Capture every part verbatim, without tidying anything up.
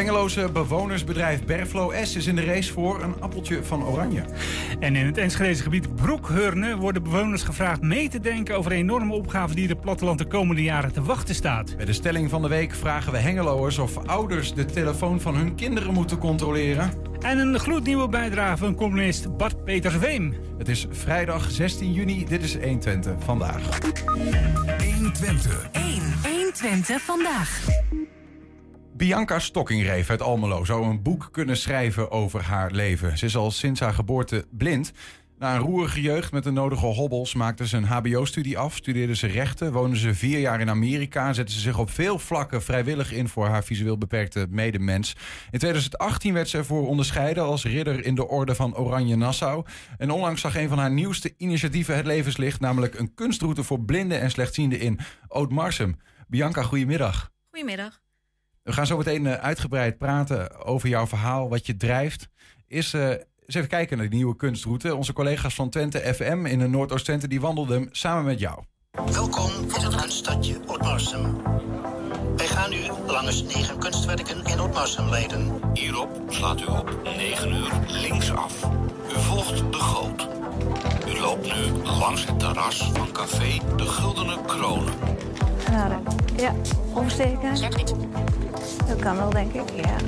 Hengeloze bewonersbedrijf Berflo S is in de race voor een appeltje van oranje. En in het Enschedese gebied Broekheurne worden bewoners gevraagd mee te denken over de enorme opgave die het platteland de komende jaren te wachten staat. Bij de stelling van de week vragen we Hengeloers of ouders de telefoon van hun kinderen moeten controleren. En een gloednieuwe bijdrage van componist Bart Petersweem. Het is vrijdag zestien juni, dit is honderdtwintig vandaag. honderdtwintig. honderdtwintig vandaag. Bianca Stokkingreef uit Almelo zou een boek kunnen schrijven over haar leven. Ze is al sinds haar geboorte blind. Na een roerige jeugd met de nodige hobbels maakte ze een hbo-studie af, studeerde ze rechten, woonde ze vier jaar in Amerika en zette ze zich op veel vlakken vrijwillig in voor haar visueel beperkte medemens. In tweeduizend achttien werd ze ervoor onderscheiden als ridder in de Orde van Oranje Nassau. En onlangs zag een van haar nieuwste initiatieven het levenslicht, namelijk een kunstroute voor blinden en slechtzienden in Oud-Marsum. Bianca, goedemiddag. Goedemiddag. We gaan zo meteen uitgebreid praten over jouw verhaal, wat je drijft. Is... Uh, Eens even kijken naar die nieuwe kunstroute. Onze collega's van Twente F M in de Noordoost-Twente die wandelden hem samen met jou. Welkom in het kunststadje Oud-Marsum. Wij gaan u langs negen kunstwerken in Oud-Marsum leiden. Hierop slaat u op negen uur linksaf. U volgt de goot. U loopt nu langs het terras van café De Guldene Kronen. Nou, ja, oversteken. Zeg niet. Dat kan wel, denk ik, ja.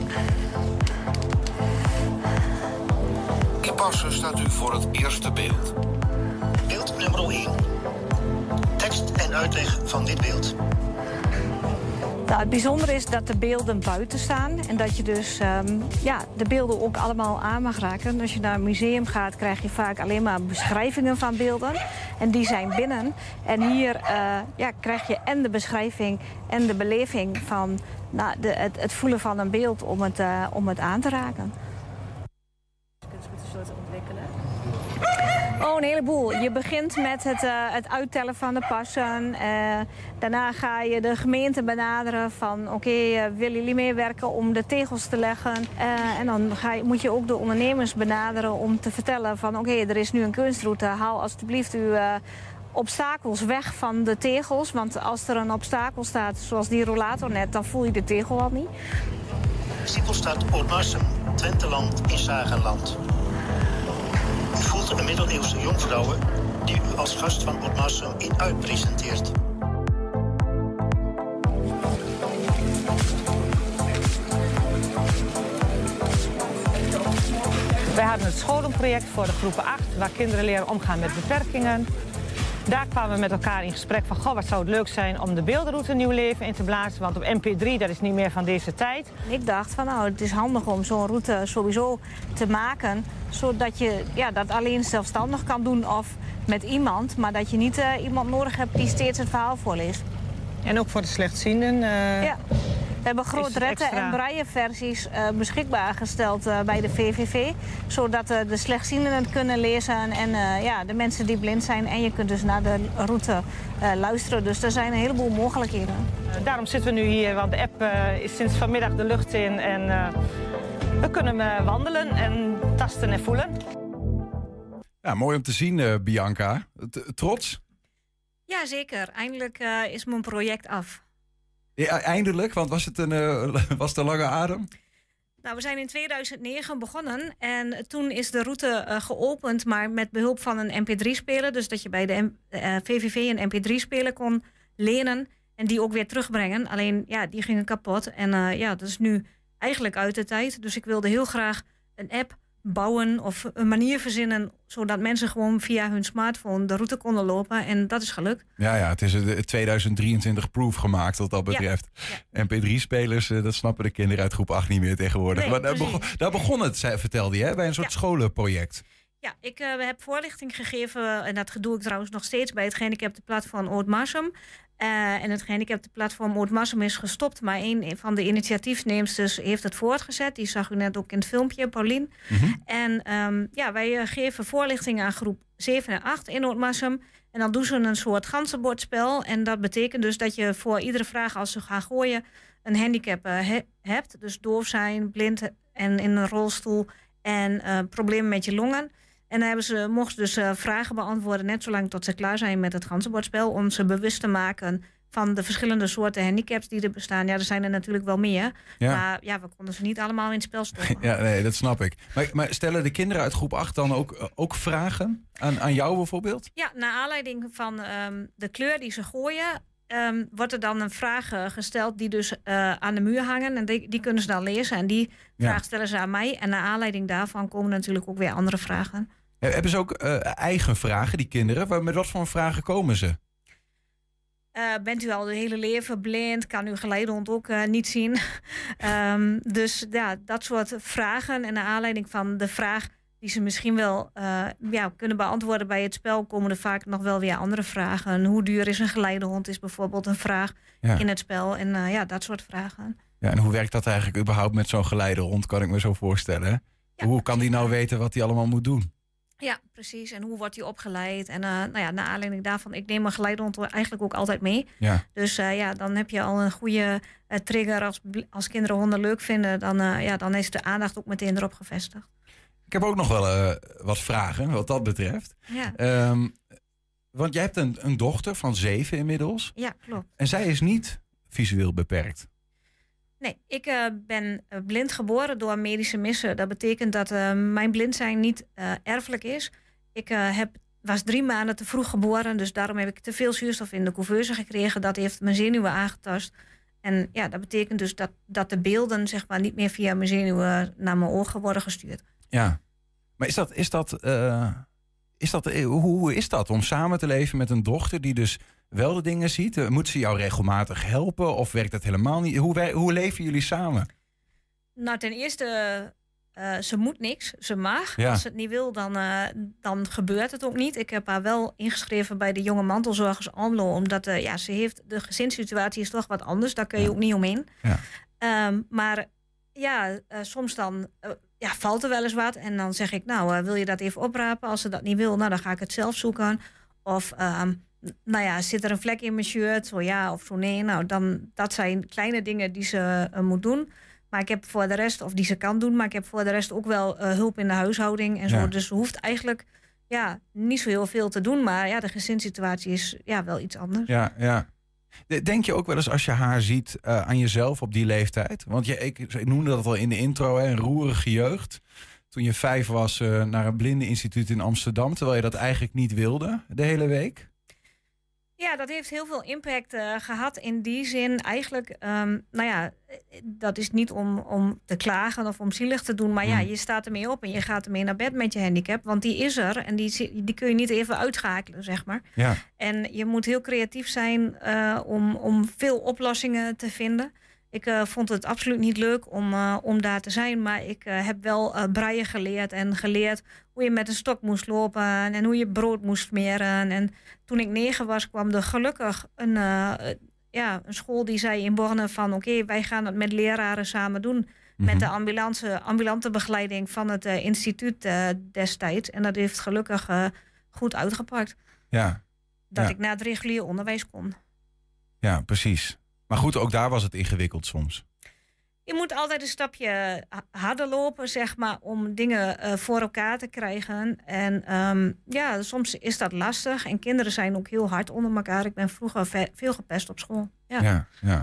Inpassen staat u voor het eerste beeld. Beeld nummer één. Tekst en uitleg van dit beeld. Nou, het bijzondere is dat de beelden buiten staan. En dat je dus um, ja, de beelden ook allemaal aan mag raken. Als je naar een museum gaat, krijg je vaak alleen maar beschrijvingen van beelden. En die zijn binnen. En hier uh, ja, krijg je en de beschrijving en de beleving van nou, de, het, het voelen van een beeld om het, uh, om het aan te raken. Oh, een heleboel. Je begint met het, uh, het uittellen van de passen. Uh, daarna ga je de gemeente benaderen van... oké, okay, uh, willen jullie meewerken om de tegels te leggen? Uh, en dan ga je, moet je ook de ondernemers benaderen om te vertellen van... oké, okay, er is nu een kunstroute, haal alstublieft uw uh, obstakels weg van de tegels. Want als er een obstakel staat, zoals die rollator net, dan voel je de tegel al niet. Stippelstad Oud-Marsum, Twenteland in Zagenland. U voelt een middeleeuwse jonkvrouwe die u als gast van Oud-Marsum in uitpresenteert. Wij hadden het scholenproject voor de groepen acht, waar kinderen leren omgaan met beperkingen. Daar kwamen we met elkaar in gesprek van, goh, wat zou het leuk zijn om de beeldenroute nieuw leven in te blazen. Want op M P drie, dat is niet meer van deze tijd. Ik dacht van, nou, het is handig om zo'n route sowieso te maken. Zodat je ja, dat alleen zelfstandig kan doen of met iemand. Maar dat je niet uh, iemand nodig hebt die steeds het verhaal voorleest. En ook voor de slechtzienden. Uh, ja. We hebben grootretten en brailleversies uh, beschikbaar gesteld uh, bij de V V V. Zodat uh, de slechtzienden het kunnen lezen en uh, ja, de mensen die blind zijn. En je kunt dus naar de route uh, luisteren. Dus er zijn een heleboel mogelijkheden. Uh, daarom zitten we nu hier, want de app uh, is sinds vanmiddag de lucht in. En uh, we kunnen uh, wandelen en tasten en voelen. Ja, mooi om te zien, uh, Bianca. T- trots? Ja, zeker. Eindelijk uh, is mijn project af. Ja, eindelijk, want was het een, uh, was het een lange adem? Nou, we zijn in tweeduizend negen begonnen en toen is de route uh, geopend, maar met behulp van een M P drie speler. Dus dat je bij de M- uh, V V V een M P drie speler kon lenen en die ook weer terugbrengen. Alleen, ja, die gingen kapot en uh, ja, dat is nu eigenlijk uit de tijd. Dus ik wilde heel graag een app bouwen of een manier verzinnen zodat mensen gewoon via hun smartphone de route konden lopen. En dat is gelukt. Ja, ja, het is een tweeduizend drieëntwintig proof gemaakt wat dat betreft. Ja, ja. M P drie spelers, dat snappen de kinderen uit groep acht niet meer tegenwoordig. Nee, maar daar begon, daar begon het, vertelde je, hè, bij een soort ja. scholenproject. Ja, ik uh, heb voorlichting gegeven en dat doe ik trouwens nog steeds bij het gehandicaptenplatform Oud-Marsum. Uh, en het gehandicaptenplatform Oud-Marsum is gestopt, maar een van de initiatiefneemsters heeft het voortgezet. Die zag u net ook in het filmpje, Paulien. Mm-hmm. En um, ja, wij uh, geven voorlichting aan groep zeven en acht in Oud-Marsum. En dan doen ze een soort ganzenbordspel. En dat betekent dus dat je voor iedere vraag als ze gaan gooien een handicap uh, he- hebt. Dus doof zijn, blind en in een rolstoel en uh, problemen met je longen. En dan hebben ze, mochten ze dus uh, vragen beantwoorden net zolang tot ze klaar zijn met het ganzenbordspel. Om ze bewust te maken van de verschillende soorten handicaps die er bestaan. Ja, er zijn er natuurlijk wel meer. Ja. Maar ja, we konden ze niet allemaal in het spel stoppen. Ja, nee, dat snap ik. Maar, maar stellen de kinderen uit groep acht dan ook, ook vragen aan, aan jou bijvoorbeeld? Ja, naar aanleiding van um, de kleur die ze gooien, um, wordt er dan een vraag uh, gesteld die dus uh, aan de muur hangen. En die, die kunnen ze dan lezen. En die Ja. vraag stellen ze aan mij. En naar aanleiding daarvan komen natuurlijk ook weer andere vragen. Hebben ze ook uh, eigen vragen, die kinderen? Waar- Met wat voor vragen komen ze? Uh, bent u al het hele leven blind? Kan uw geleidehond ook uh, niet zien? um, dus ja, dat soort vragen. En naar aanleiding van de vraag die ze misschien wel uh, ja, kunnen beantwoorden bij het spel, komen er vaak nog wel weer andere vragen. Hoe duur is een geleidehond? Is bijvoorbeeld een vraag Ja. in het spel. En uh, ja, dat soort vragen. Ja, en hoe werkt dat eigenlijk überhaupt met zo'n geleiderhond, kan ik me zo voorstellen? Hè? Ja, hoe kan die nou weten wat hij allemaal moet doen? Ja, precies. En hoe wordt die opgeleid? En uh, nou ja, naar aanleiding daarvan, ik neem mijn geleidehond eigenlijk ook altijd mee. Ja, Dus uh, ja, dan heb je al een goede uh, trigger. Als, als kinderen honden leuk vinden, dan, uh, ja, dan is de aandacht ook meteen erop gevestigd. ik heb ook nog wel uh, wat vragen wat dat betreft. Ja, Um, want jij hebt een, een dochter van zeven inmiddels. ja klopt. En zij is niet visueel beperkt. Nee, ik uh, ben uh, blind geboren door medische missen. Dat betekent dat uh, mijn blind zijn niet uh, erfelijk is. Ik uh, heb, was drie maanden te vroeg geboren, dus daarom heb ik te veel zuurstof in de couveuse gekregen. Dat heeft mijn zenuwen aangetast. En ja, dat betekent dus dat, dat de beelden zeg maar, niet meer via mijn zenuwen naar mijn ogen worden gestuurd. Ja, maar is dat, is dat, uh, is dat, uh, hoe is dat om samen te leven met een dochter die dus wel de dingen ziet? Uh, moet ze jou regelmatig helpen of werkt dat helemaal niet? Hoe, wij, hoe leven jullie samen? Nou, ten eerste, uh, ze moet niks. Ze mag. Ja. Als ze het niet wil, dan, uh, dan gebeurt het ook niet. Ik heb haar wel ingeschreven bij de jonge mantelzorgers Almelo. Omdat uh, ja, ze heeft, de gezinssituatie is toch wat anders. Daar kun je Ja. ook niet omheen. Ja. Um, maar ja, uh, soms dan uh, ja, valt er wel eens wat. En dan zeg ik, nou, uh, wil je dat even oprapen? Als ze dat niet wil, nou, dan ga ik het zelf zoeken. Of, um, nou ja, zit er een vlek in mijn shirt? Zo ja of zo nee. Nou, dan, dat zijn kleine dingen die ze uh, moet doen. Maar ik heb voor de rest, of die ze kan doen, maar ik heb voor de rest ook wel uh, hulp in de huishouding en zo. Ja. Dus ze hoeft eigenlijk ja, niet zo heel veel te doen. Maar ja, de gezinssituatie is ja, wel iets anders. Ja, ja. De- Denk je ook wel eens als je haar ziet uh, aan jezelf op die leeftijd? Want je, ik, ik noemde dat al in de intro, hè, een roerige jeugd. Toen je vijf was uh, naar een blindeninstituut in Amsterdam, terwijl je dat eigenlijk niet wilde de hele week. Ja, dat heeft heel veel impact uh, gehad in die zin. Eigenlijk, um, nou ja, dat is niet om, om te klagen of om zielig te doen. Maar ja, Mm. je staat ermee op en je gaat ermee naar bed met je handicap. Want die is er en die, zi- die kun je niet even uitschakelen, zeg maar. Ja, En je moet heel creatief zijn uh, om, om veel oplossingen te vinden. Ik uh, vond het absoluut niet leuk om, uh, om daar te zijn. Maar ik uh, heb wel uh, breien geleerd en geleerd hoe je met een stok moest lopen en hoe je brood moest smeren. En toen ik negen was, kwam er gelukkig een, uh, ja, een school die zei in Borne van oké, okay, wij gaan het met leraren samen doen. Mhm. Met de ambulance, ambulante begeleiding van het uh, instituut uh, destijds. En dat heeft gelukkig uh, goed uitgepakt. ja, Dat Ja. ik naar het regulier onderwijs kon. ja, precies. Maar goed, ook daar was het ingewikkeld soms. Je moet altijd een stapje harder lopen, zeg maar, om dingen uh, voor elkaar te krijgen. En um, ja, soms is dat lastig. En kinderen zijn ook heel hard onder elkaar. Ik ben vroeger ve- veel gepest op school. Ja. Ja, ja.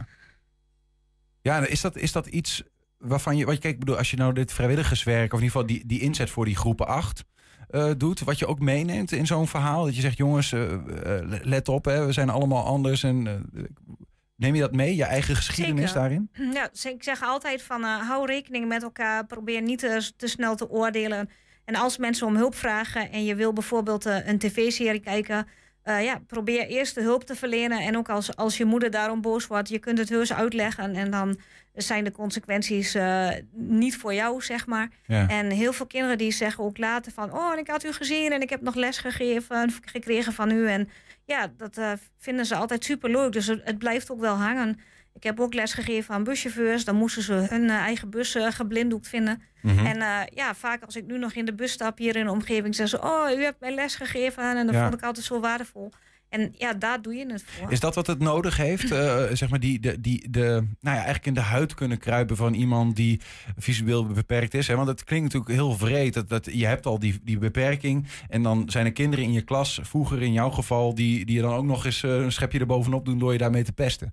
Ja, is dat, is dat iets waarvan je... Want kijk, ik bedoel, als je nou dit vrijwilligerswerk, of in ieder geval die, die inzet voor die groepen acht uh, doet, wat je ook meeneemt in zo'n verhaal, dat je zegt, jongens, uh, uh, let op, hè, we zijn allemaal anders. En uh, neem je dat mee, je eigen geschiedenis Zeker. daarin? Ja, dus ik zeg altijd van uh, hou rekening met elkaar. Probeer niet te, te snel te oordelen. En als mensen om hulp vragen en je wil bijvoorbeeld uh, een tv-serie kijken, Uh, ja, probeer eerst de hulp te verlenen. En ook als, als je moeder daarom boos wordt, je kunt het heus uitleggen. En dan zijn de consequenties uh, niet voor jou, zeg maar. Ja. En heel veel kinderen die zeggen ook later van, oh, ik had u gezien en ik heb nog les gegeven, gekregen van u. En ja, dat uh, vinden ze altijd superleuk. Dus het, het blijft ook wel hangen. Ik heb ook les gegeven aan buschauffeurs. Dan moesten ze hun uh, eigen bus uh, geblinddoekt vinden. Mm-hmm. En uh, ja, vaak als ik nu nog in de bus stap hier in de omgeving, zeggen ze, oh, u hebt mij les gegeven. En dat Ja. vond ik altijd zo waardevol. En ja, daar doe je het voor. Is dat wat het nodig heeft? Uh, zeg maar die, de, die, de, nou ja, eigenlijk in de huid kunnen kruipen van iemand die visueel beperkt is. Hè? Want het klinkt natuurlijk heel vreed. Dat, dat, je hebt al die, die beperking. En dan zijn er kinderen in je klas, vroeger in jouw geval, die, die je dan ook nog eens uh, een schepje erbovenop doen door je daarmee te pesten.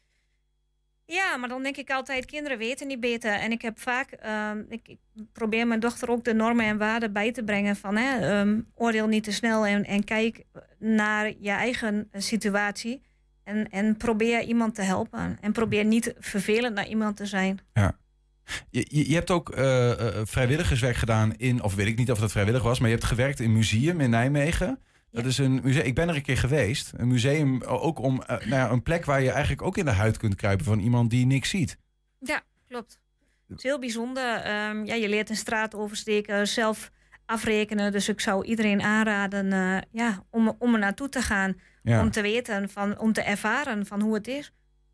Ja, maar dan denk ik altijd, kinderen weten niet beter. En ik heb vaak, um, ik, ik probeer mijn dochter ook de normen en waarden bij te brengen van hè, um, oordeel niet te snel en, en kijk naar je eigen situatie. En, en probeer iemand te helpen. En probeer niet vervelend naar iemand te zijn. Ja. Je, je, je hebt ook uh, uh, vrijwilligerswerk gedaan in, of weet ik niet of dat vrijwillig was, maar je hebt gewerkt in een museum in Nijmegen. Dat is een museum. Ik ben er een keer geweest. Een museum ook om uh, nou ja, een plek waar je eigenlijk ook in de huid kunt kruipen van iemand die niks ziet. Ja, klopt. Het is heel bijzonder. Um, ja, je leert een straat oversteken, zelf afrekenen. Dus ik zou iedereen aanraden uh, ja, om, om er naartoe te gaan. Ja. Om te weten, van, om te ervaren van hoe het is.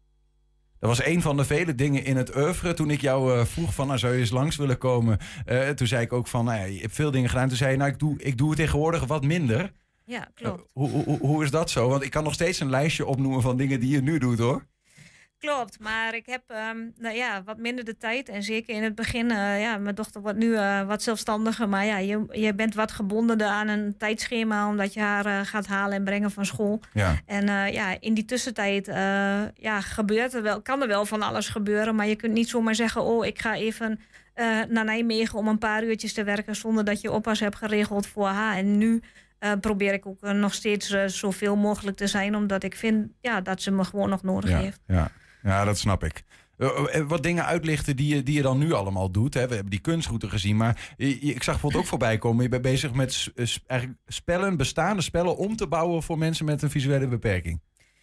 Dat was een van de vele dingen in het oeuvre. Toen ik jou uh, vroeg van, nou, zou je eens langs willen komen? Uh, toen zei ik ook van, nou ja, je hebt veel dingen gedaan. Toen zei je, nou, ik doe, ik doe het tegenwoordig wat minder. Ja, klopt. Uh, hoe, hoe, hoe is dat zo? Want ik kan nog steeds een lijstje opnoemen van dingen die je nu doet, hoor. Klopt, maar ik heb um, nou ja, wat minder de tijd. En zeker in het begin, uh, ja, mijn dochter wordt nu uh, wat zelfstandiger. Maar ja, je, je bent wat gebonden aan een tijdschema, omdat je haar uh, gaat halen en brengen van school. Ja. En uh, ja, in die tussentijd uh, ja, gebeurt er wel, kan er wel van alles gebeuren. Maar je kunt niet zomaar zeggen, oh, ik ga even uh, naar Nijmegen om een paar uurtjes te werken, zonder dat je oppas hebt geregeld voor haar. En nu Uh, probeer ik ook uh, nog steeds uh, zoveel mogelijk te zijn, omdat ik vind ja, dat ze me gewoon nog nodig ja, heeft. Ja. ja, dat snap ik. Uh, wat dingen uitlichten die je, die je dan nu allemaal doet. Hè? We hebben die kunstroute gezien, maar je, je, ik zag bijvoorbeeld ook voorbij komen. Je bent bezig met uh, eigenlijk spellen, bestaande spellen om te bouwen voor mensen met een visuele beperking.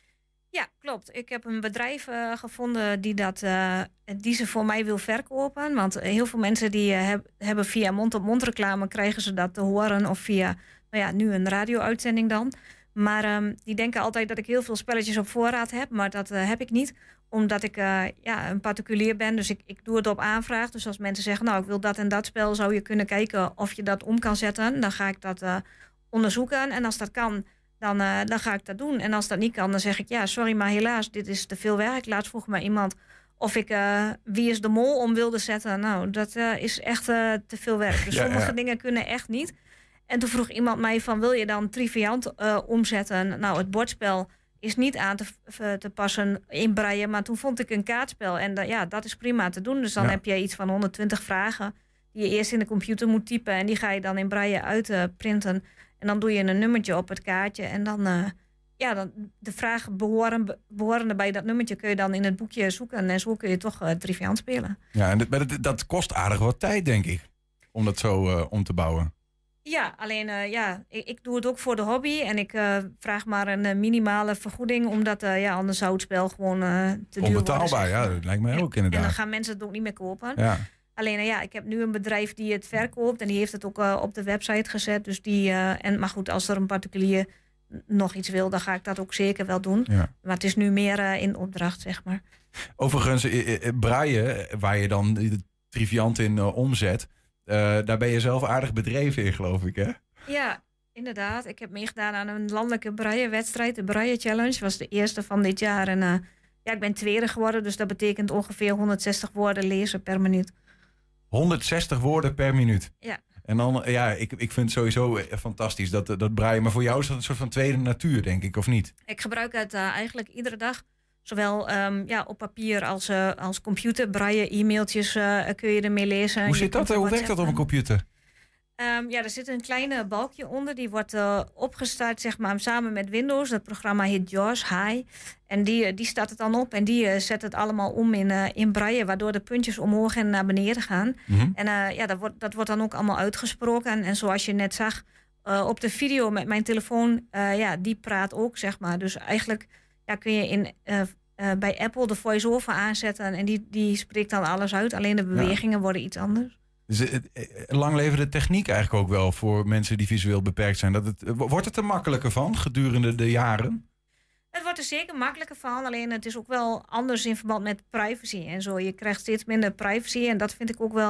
Ja, klopt. Ik heb een bedrijf uh, gevonden die, dat, uh, die ze voor mij wil verkopen. Want heel veel mensen die uh, heb, hebben via mond-op-mond reclame, krijgen ze dat te horen. Of via, nou ja, nu een radio-uitzending dan. Maar um, die denken altijd dat ik heel veel spelletjes op voorraad heb. Maar dat uh, heb ik niet, omdat ik uh, ja, een particulier ben. Dus ik, ik doe het op aanvraag. Dus als mensen zeggen, nou, ik wil dat en dat spel, zou je kunnen kijken of je dat om kan zetten. Dan ga ik dat uh, onderzoeken. En als dat kan, dan, uh, dan ga ik dat doen. En als dat niet kan, dan zeg ik, ja, sorry, maar helaas, dit is te veel werk. Laatst vroeg me iemand of ik uh, Wie is de Mol om wilde zetten. Nou, dat uh, is echt uh, te veel werk. Dus ja, sommige ja. dingen kunnen echt niet. En toen vroeg iemand mij van, wil je dan Triviant uh, omzetten? Nou, het bordspel is niet aan te, uh, te passen in braille, maar toen vond ik een kaartspel. En uh, ja, dat is prima te doen. Dus dan ja. heb je iets van honderdtwintig vragen die je eerst in de computer moet typen. En die ga je dan in braille uitprinten. Uh, en dan doe je een nummertje op het kaartje. En dan, uh, ja, dan de vragen behoren, behorende bij dat nummertje kun je dan in het boekje zoeken. En zo kun je toch uh, Triviant spelen. Ja, en dat, dat, dat kost aardig wat tijd, denk ik, om dat zo uh, om te bouwen. Ja, alleen uh, ja, ik, ik doe het ook voor de hobby. En ik uh, vraag maar een uh, minimale vergoeding. Omdat uh, ja, anders zou het spel gewoon uh, te duur worden. Onbetaalbaar, ja, dat lijkt mij ook inderdaad. En dan gaan mensen het ook niet meer kopen. Ja. Alleen uh, ja, ik heb nu een bedrijf die het verkoopt. En die heeft het ook uh, op de website gezet. Dus die, uh, en, maar goed, als er een particulier nog iets wil, dan ga ik dat ook zeker wel doen. Ja. Maar het is nu meer uh, in opdracht, zeg maar. Overigens, uh, uh, braille, waar je dan de Triviant in uh, omzet, Uh, daar ben je zelf aardig bedreven in, geloof ik, hè? Ja, inderdaad. Ik heb meegedaan aan een landelijke braille-wedstrijd. De Braille Challenge was de eerste van dit jaar. En uh, ja, ik ben tweede geworden, dus dat betekent ongeveer honderdzestig woorden lezen per minuut. honderdzestig woorden per minuut? Ja. En dan, ja, ik, ik vind het sowieso fantastisch, dat, dat braille. Maar voor jou is dat een soort van tweede natuur, denk ik, of niet? Ik gebruik het uh, eigenlijk iedere dag. Zowel um, ja, op papier als, uh, als computer. Braille, e-mailtjes uh, kun je ermee lezen. Hoe zit dat? Hoe werkt dat op een computer? Um, ja, er zit een kleine balkje onder. Die wordt uh, opgestart zeg maar, samen met Windows. Dat programma heet JAWS High. En die, die start het dan op. En die uh, zet het allemaal om in, uh, in braille. Waardoor de puntjes omhoog en naar beneden gaan. Mm-hmm. En uh, ja, dat, wordt, dat wordt dan ook allemaal uitgesproken. En, en zoals je net zag uh, op de video met mijn telefoon. Uh, ja, die praat ook, zeg maar. Dus eigenlijk ja, kun je in... Uh, Uh, bij Apple de voice-over aanzetten en die, die spreekt dan alles uit. Alleen de bewegingen ja. worden iets anders. Dus uh, lang leven de techniek eigenlijk ook wel voor mensen die visueel beperkt zijn. Dat het, uh, wordt het er makkelijker van gedurende de jaren? Het wordt er zeker makkelijker van. Alleen het is ook wel anders in verband met privacy en zo. Je krijgt steeds minder privacy en dat vind ik ook wel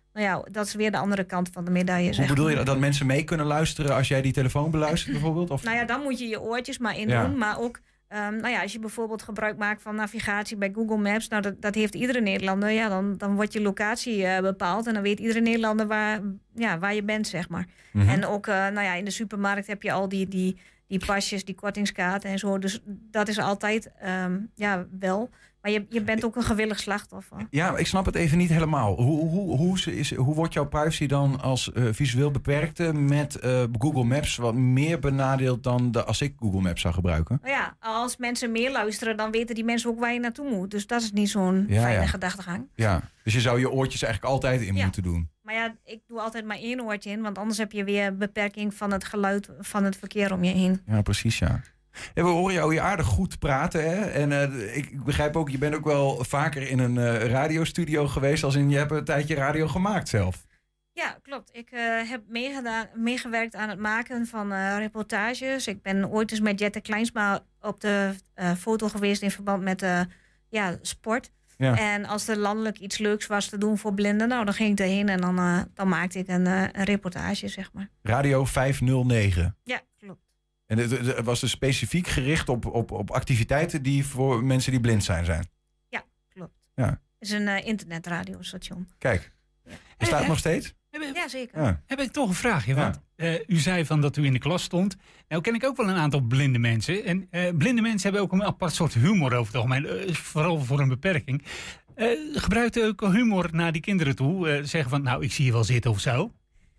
nou ja, dat is weer de andere kant van de medaille. Hoe zeg bedoel je maar. dat? Dat mensen mee kunnen luisteren als jij die telefoon beluistert bijvoorbeeld? Of? Nou ja, dan moet je je oortjes maar in Ja. doen. Maar ook, um, nou ja, als je bijvoorbeeld gebruik maakt van navigatie bij Google Maps. Nou, dat, dat heeft iedere Nederlander. Ja, dan, dan wordt je locatie uh, bepaald. En dan weet iedere Nederlander waar, ja, waar je bent, zeg maar. Mhm. En ook, uh, nou ja, in de supermarkt heb je al die, die, die pasjes, die kortingskaarten en zo. Dus dat is altijd, um, ja, wel. Maar je, je bent ook een gewillig slachtoffer. Ja, ik snap het even niet helemaal. Hoe, hoe, hoe, is, hoe wordt jouw privacy dan als uh, visueel beperkte met uh, Google Maps wat meer benadeeld dan de, als ik Google Maps zou gebruiken? Nou ja, als mensen meer luisteren, dan weten die mensen ook waar je naartoe moet. Dus dat is niet zo'n Ja, fijne ja. gedachtegang. Ja, dus je zou je oortjes eigenlijk altijd in Ja. moeten doen. Maar ja, ik doe altijd maar één oortje in, want anders heb je weer beperking van het geluid van het verkeer om je heen. Ja, precies, ja. En we horen jou hier aardig goed praten. Hè? En uh, ik, ik begrijp ook, je bent ook wel vaker in een uh, radiostudio geweest. Als in, je hebt een tijdje radio gemaakt zelf. Ja, klopt. Ik uh, heb meegedaan, meegewerkt aan het maken van uh, reportages. Ik ben ooit eens met Jette Kleinsma op de uh, foto geweest in verband met uh, ja, sport. Ja. En als er landelijk iets leuks was te doen voor blinden, nou, dan ging ik erheen en dan, uh, dan maakte ik een, uh, een reportage, zeg maar. Radio vijfhonderdnegen. Ja, klopt. En het, het was dus specifiek gericht op, op, op activiteiten die voor mensen die blind zijn zijn. Ja, klopt. Ja. Het is een uh, internetradiostation. Kijk, Ja. bestaat het Eh, nog steeds? Ja, zeker. Ja. Heb ik toch een vraagje? Ja. Want uh, u zei van dat u in de klas stond. Nou ken ik ook wel een aantal blinde mensen. En uh, blinde mensen hebben ook een apart soort humor over het algemeen. Uh, vooral voor een beperking. Uh, gebruikt u ook humor naar die kinderen toe? Uh, zeggen van, nou, ik zie je wel zitten of zo?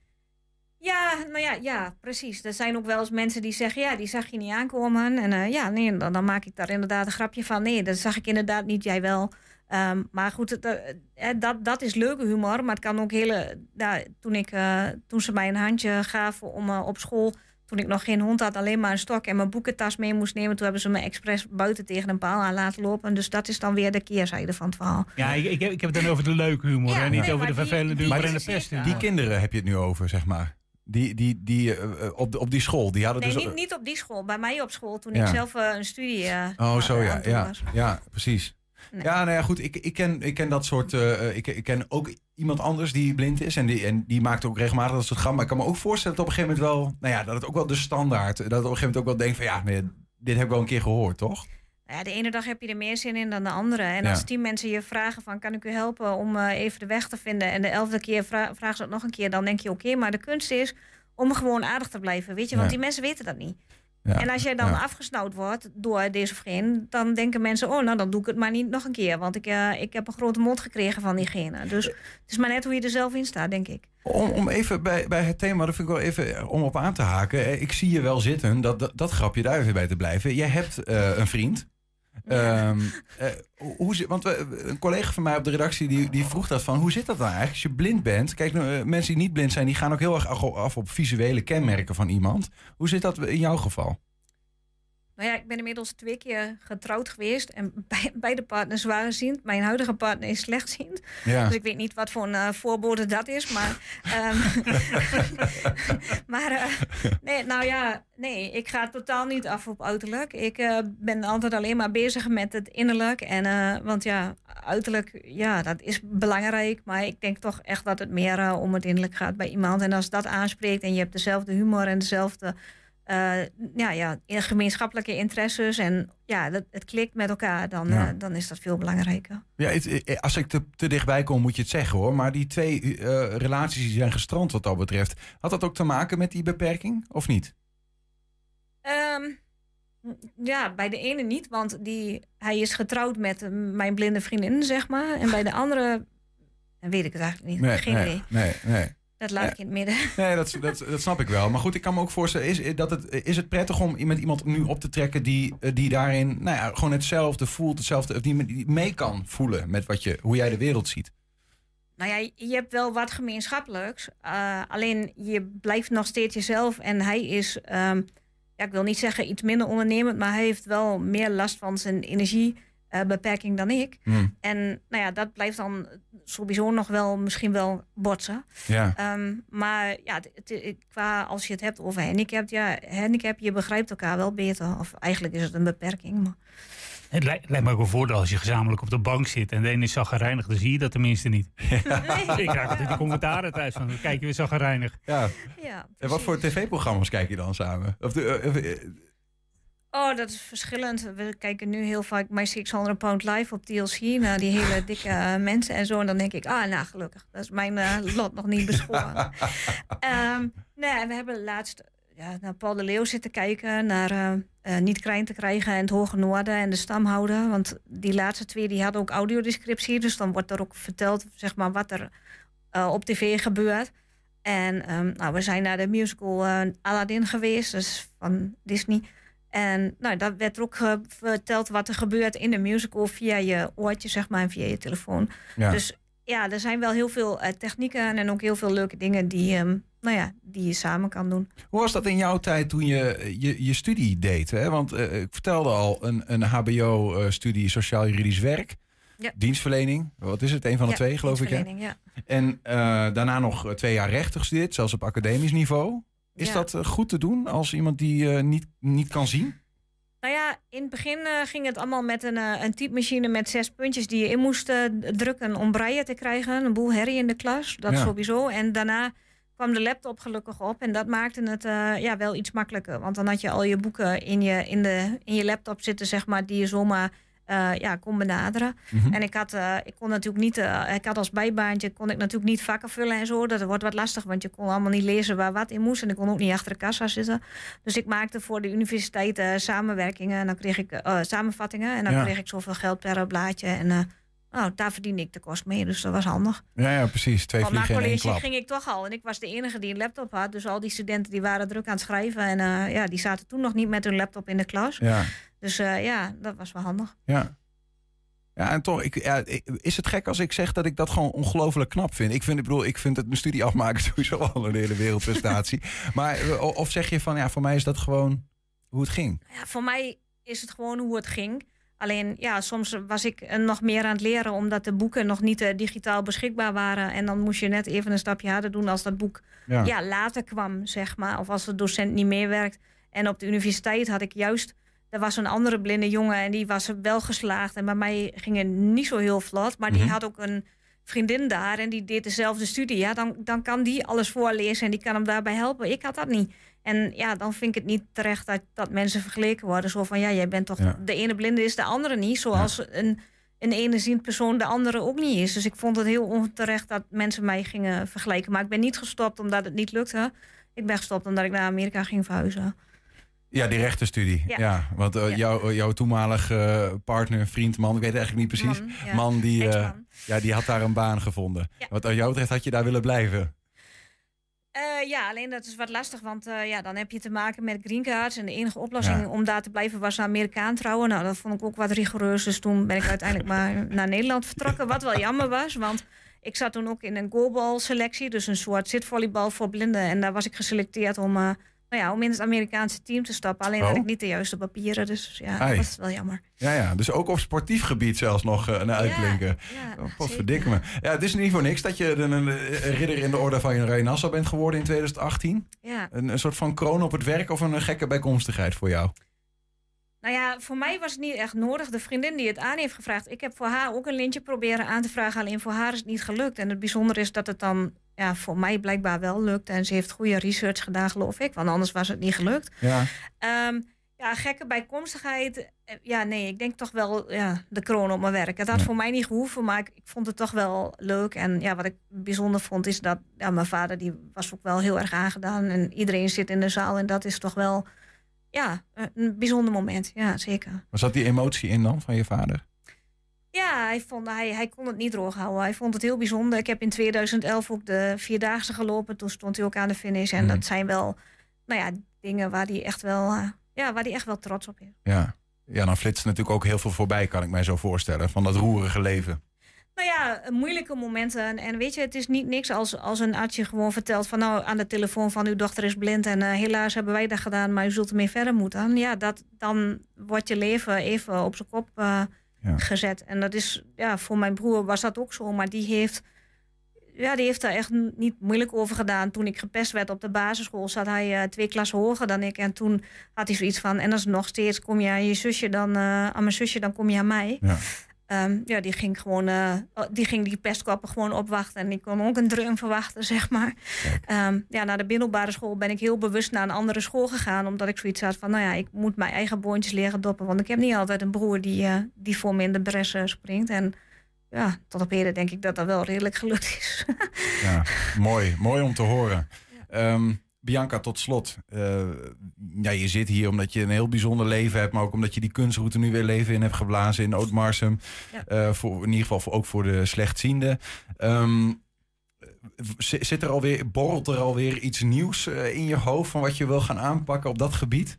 Ja, nou ja, ja, precies. Er zijn ook wel eens mensen die zeggen, ja, die zag je niet aankomen. En uh, ja, nee, dan, dan maak ik daar inderdaad een grapje van. Nee, dat zag ik inderdaad niet, jij wel. Um, maar goed, het, uh, dat, dat is leuke humor. Maar het kan ook hele... Nou, toen, ik, uh, toen ze mij een handje gaven om uh, op school... Toen ik nog geen hond had, alleen maar een stok en mijn boekentas mee moest nemen... toen hebben ze me expres buiten tegen een paal aan laten lopen. Dus dat is dan weer de keerzijde van het verhaal. Ja, ik, ik, heb, ik heb het dan over de leuke humor. Ja, en niet nee, over de maar die- vervelende die humor is en de er pest. zeker. Die Ja. kinderen heb je het nu over, zeg maar. Die, die, die uh, op, op die school, die hadden Nee, dus... niet, niet op die school. Bij mij op school, toen Ja. ik zelf uh, een studie uh, Oh, zo aan ja, het doen ja, was. ja, precies. Nee. Ja, nou ja, goed, ik, ik, ken, ik ken dat soort... Uh, ik, ik ken ook iemand anders die blind is en die, en die maakt ook regelmatig dat soort grappen. Maar ik kan me ook voorstellen dat op een gegeven moment wel... Nou ja, dat het ook wel de standaard... Dat het op een gegeven moment ook wel denkt van ja, nee, dit heb ik wel een keer gehoord, toch? Nou ja, de ene dag heb je er meer zin in dan de andere. En Ja. als tien mensen je vragen van, kan ik u helpen om uh, even de weg te vinden? En de elfde keer vra- vragen ze het nog een keer, dan denk je oké. Okay, maar de kunst is om gewoon aardig te blijven, weet je? Want Ja. die mensen weten dat niet. Ja. En als jij dan Ja. afgesnauwd wordt door deze of geen, dan denken mensen, oh, nou dan doe ik het maar niet nog een keer. Want ik, uh, ik heb een grote mond gekregen van diegene. Dus het is maar net hoe je er zelf in staat, denk ik. Om, om even bij, bij het thema, dat vind ik wel even om op aan te haken. Ik zie je wel zitten, dat, dat, dat grapje daar even bij te blijven. Jij hebt uh, een vriend. Ja. Um, uh, hoe, zit- want we, een collega van mij op de redactie die, die vroeg dat van... hoe zit dat nou eigenlijk als je blind bent? Kijk, uh, mensen die niet blind zijn, die gaan ook heel erg af op visuele kenmerken van iemand. Hoe zit dat in jouw geval? Nou ja, ik ben inmiddels twee keer getrouwd geweest. En bij, beide partners waren ziend. Mijn huidige partner is slechtziend. Ja. Dus ik weet niet wat voor een uh, voorbode dat is. Maar, um, maar uh, nee, nou ja, nee, ik ga totaal niet af op uiterlijk. Ik uh, ben altijd alleen maar bezig met het innerlijk. En, uh, want ja, uiterlijk, ja, dat is belangrijk. Maar ik denk toch echt dat het meer uh, om het innerlijk gaat bij iemand. En als dat aanspreekt en je hebt dezelfde humor en dezelfde... Uh, ja, ja, gemeenschappelijke interesses en ja, dat, het klikt met elkaar, dan, Ja. uh, dan is dat veel belangrijker. Ja, het, als ik te, te dichtbij kom, moet je het zeggen hoor. Maar die twee uh, relaties die zijn gestrand wat dat betreft... had dat ook te maken met die beperking, of niet? Um, ja, bij de ene niet, want die, hij is getrouwd met uh, mijn blinde vriendin, zeg maar. En bij de andere, dan weet ik het eigenlijk niet. Nee, Geen nee, idee. nee, nee. Dat laat Ja. ik in het midden. Nee, dat, dat, dat snap ik wel. Maar goed, ik kan me ook voorstellen... is, dat het, is het prettig om met iemand nu op te trekken... die, die daarin nou ja, gewoon hetzelfde voelt, hetzelfde, die, die mee kan voelen... met wat je, hoe jij de wereld ziet? Nou ja, je hebt wel wat gemeenschappelijks. Uh, alleen je blijft nog steeds jezelf. En hij is, um, ja, ik wil niet zeggen iets minder ondernemend... maar hij heeft wel meer last van zijn energiebeperking uh, dan ik. Hmm. En nou ja, dat blijft dan sowieso nog wel misschien wel botsen. Ja. Um, maar ja, het, het, qua als je het hebt over handicap... ja, handicap, je begrijpt elkaar wel beter. Of eigenlijk is het een beperking, maar... Het lijkt, lijkt me ook een voordeel als je gezamenlijk op de bank zit en de ene is zaggerijnig, dan zie je dat tenminste niet. Ja. Nee. Ik krijg altijd die commentaren thuis van, kijk je weer zaggerijnig. Ja. Ja, en wat voor tv-programma's kijk je dan samen? Of de, uh, uh, Oh, dat is verschillend. We kijken nu heel vaak My zeshonderd Pound Live op T L C naar die hele dikke uh, mensen en zo. En dan denk ik, ah, nou gelukkig, dat is mijn uh, lot nog niet beschoren. um, nee, we hebben laatst ja, naar Paul de Leeuw zitten kijken, naar uh, uh, Niet Klein te krijgen en Het Hoge Noorden en De Stamhouder. Want die laatste twee die hadden ook audiodescriptie, dus dan wordt er ook verteld zeg maar, wat er uh, op tv gebeurt. En um, nou, we zijn naar de musical uh, Aladdin geweest, dus van Disney. En nou, dat werd er ook uh, verteld wat er gebeurt in de musical via je oortje, zeg maar, en via je telefoon. Ja. Dus ja, er zijn wel heel veel uh, technieken en ook heel veel leuke dingen die, um, nou ja, die je samen kan doen. Hoe was dat in jouw tijd toen je je, je studie deed? Hè? Want uh, ik vertelde al, een, een H B O-studie Sociaal-Juridisch Werk. Ja. Dienstverlening, wat is het? Een van de ja, twee, geloof ik. Hè? Ja. En uh, daarna nog twee jaar rechten gestudeerd, zelfs op academisch niveau. Is ja. dat uh, goed te doen als iemand die uh, niet, niet kan zien? Nou ja, in het begin uh, ging het allemaal met een, uh, een typemachine met zes puntjes die je in moest uh, drukken om braille te krijgen. Een boel herrie in de klas, dat ja. sowieso. En daarna kwam de laptop gelukkig op en dat maakte het uh, ja, wel iets makkelijker. Want dan had je al je boeken in je, in de, in je laptop zitten, zeg maar, die je zomaar Uh, ja, kon benaderen. Mm-hmm. En ik had, uh, ik kon natuurlijk niet, uh, ik had als bijbaantje kon ik natuurlijk niet vakken vullen en zo. Dat wordt wat lastig, want je kon allemaal niet lezen waar wat in moest. En ik kon ook niet achter de kassa zitten. Dus ik maakte voor de universiteit uh, samenwerkingen en dan kreeg ik uh, samenvattingen. En dan ja. kreeg ik zoveel geld per blaadje. En uh, nou, daar verdiende ik de kost mee, dus dat was handig. Ja, ja precies. Twee vliegen in één klap. ging ik toch al. En ik was de enige die een laptop had. Dus al die studenten die waren druk aan het schrijven. En uh, ja, die zaten toen nog niet met hun laptop in de klas. Ja. Dus uh, ja, dat was wel handig. Ja. Ja, en toch, ik, ja, is het gek als ik zeg dat ik dat gewoon ongelooflijk knap vind? Ik vind, ik bedoel, ik vind het mijn studie afmaken sowieso al een hele wereldprestatie. Maar of zeg je van, ja, voor mij is dat gewoon hoe het ging? Ja, voor mij is het gewoon hoe het ging. Alleen, ja, soms was ik nog meer aan het leren omdat de boeken nog niet uh, digitaal beschikbaar waren. En dan moest je net even een stapje harder doen als dat boek ja. Ja, later kwam, zeg maar. Of als de docent niet meewerkt. En op de universiteit had ik juist... Er was een andere blinde jongen en die was wel geslaagd. En bij mij ging het niet zo heel vlot. Maar mm-hmm. die had ook een vriendin daar en die deed dezelfde studie. Ja, dan, dan kan die alles voorlezen en die kan hem daarbij helpen. Ik had dat niet. En ja, dan vind ik het niet terecht dat, dat mensen vergeleken worden. Zo van, ja, jij bent toch... Ja. De ene blinde is de andere niet. Zoals ja. een, een eneziend persoon de andere ook niet is. Dus ik vond het heel onterecht dat mensen mij gingen vergelijken. Maar ik ben niet gestopt omdat het niet lukte. Ik ben gestopt omdat ik naar Amerika ging verhuizen. Ja, die rechtenstudie. Ja. ja, want uh, ja. Jou, jouw toenmalige uh, partner, vriend, man, ik weet het eigenlijk niet precies. Man, ja. man die, uh, ja, die had daar een baan gevonden. Ja. Wat aan jou betreft had je daar willen blijven? Uh, ja, alleen dat is wat lastig, want uh, ja, dan heb je te maken met green cards. En de enige oplossing ja. om daar te blijven was een Amerikaan trouwen. Nou, dat vond ik ook wat rigoureus. Dus toen ben ik uiteindelijk maar naar Nederland vertrokken. Wat wel jammer was, want ik zat toen ook in een goalball selectie. Dus een soort zitvolleybal voor blinden. En daar was ik geselecteerd om... Uh, Nou ja, om in het Amerikaanse team te stappen. Alleen oh. had ik niet de juiste papieren. Dus ja, Ai. dat was wel jammer. Ja, ja, dus ook op sportief gebied zelfs nog uh, een uitklinken. Ja, ja, oh, potverdikke me. Ja, het is niet voor niks dat je een, een, een ridder in de orde van Oranje Nassau bent geworden in twintig achttien. Ja. Een, een soort van kroon op het werk of een gekke bijkomstigheid voor jou? Nou ja, voor mij was het niet echt nodig. De vriendin die het aan heeft gevraagd... Ik heb voor haar ook een lintje proberen aan te vragen. Alleen voor haar is het niet gelukt. En het bijzondere is dat het dan... Ja, voor mij blijkbaar wel lukt. En ze heeft goede research gedaan, geloof ik. Want anders was het niet gelukt. Ja, um, ja gekke bijkomstigheid. Ja, nee, ik denk toch wel ja, de kroon op mijn werk. Het had ja. voor mij niet gehoeven, maar ik, ik vond het toch wel leuk. En ja, wat ik bijzonder vond is dat... Ja, mijn vader die was ook wel heel erg aangedaan. En iedereen zit in de zaal. En dat is toch wel ja, een bijzonder moment. Ja, zeker. Maar zat die emotie in dan van je vader? Ja, hij, vond, hij, hij kon het niet droog houden. Hij vond het heel bijzonder. Ik heb in tweeduizend elf ook de Vierdaagse gelopen. Toen stond hij ook aan de finish. En mm. dat zijn wel nou ja, dingen waar hij echt wel, uh, ja, waar hij echt wel trots op is. Ja. ja, dan flitst natuurlijk ook heel veel voorbij, kan ik mij zo voorstellen. Van dat roerige leven. Nou ja, moeilijke momenten. En weet je, het is niet niks als, als een arts je gewoon vertelt... van nou, aan de telefoon van uw dochter is blind... en uh, helaas hebben wij dat gedaan, maar u zult ermee verder moeten. Ja, dat, dan wordt je leven even op zijn kop... Uh, Ja. gezet. En dat is, ja, voor mijn broer was dat ook zo. Maar die heeft, ja, die heeft daar echt niet moeilijk over gedaan. Toen ik gepest werd op de basisschool, zat hij uh, twee klassen hoger dan ik. En toen had hij zoiets van, en als nog steeds kom je aan je zusje, dan uh, aan mijn zusje, dan kom je aan mij. Ja, um, ja die ging gewoon, uh, die ging die pestkoppen gewoon opwachten. En die kon ook een dreun verwachten, zeg maar. Um, ja, na de middelbare school ben ik heel bewust naar een andere school gegaan, omdat ik zoiets had van, nou ja, ik moet mijn eigen boontjes leren doppen. Want ik heb niet altijd een broer die, uh, die voor me in de bres uh, springt. En ja, tot op heden denk ik dat dat wel redelijk gelukt is. Ja, mooi. Mooi om te horen. Ja. Um, Bianca, tot slot. Uh, ja, je zit hier omdat je een heel bijzonder leven hebt, maar ook omdat je die kunstroute nu weer leven in hebt geblazen in Oud-Marsum. Ja. Uh, voor, in ieder geval voor, ook voor de slechtzienden. Um, zit er alweer, borrelt er alweer iets nieuws uh, in je hoofd van wat je wil gaan aanpakken op dat gebied?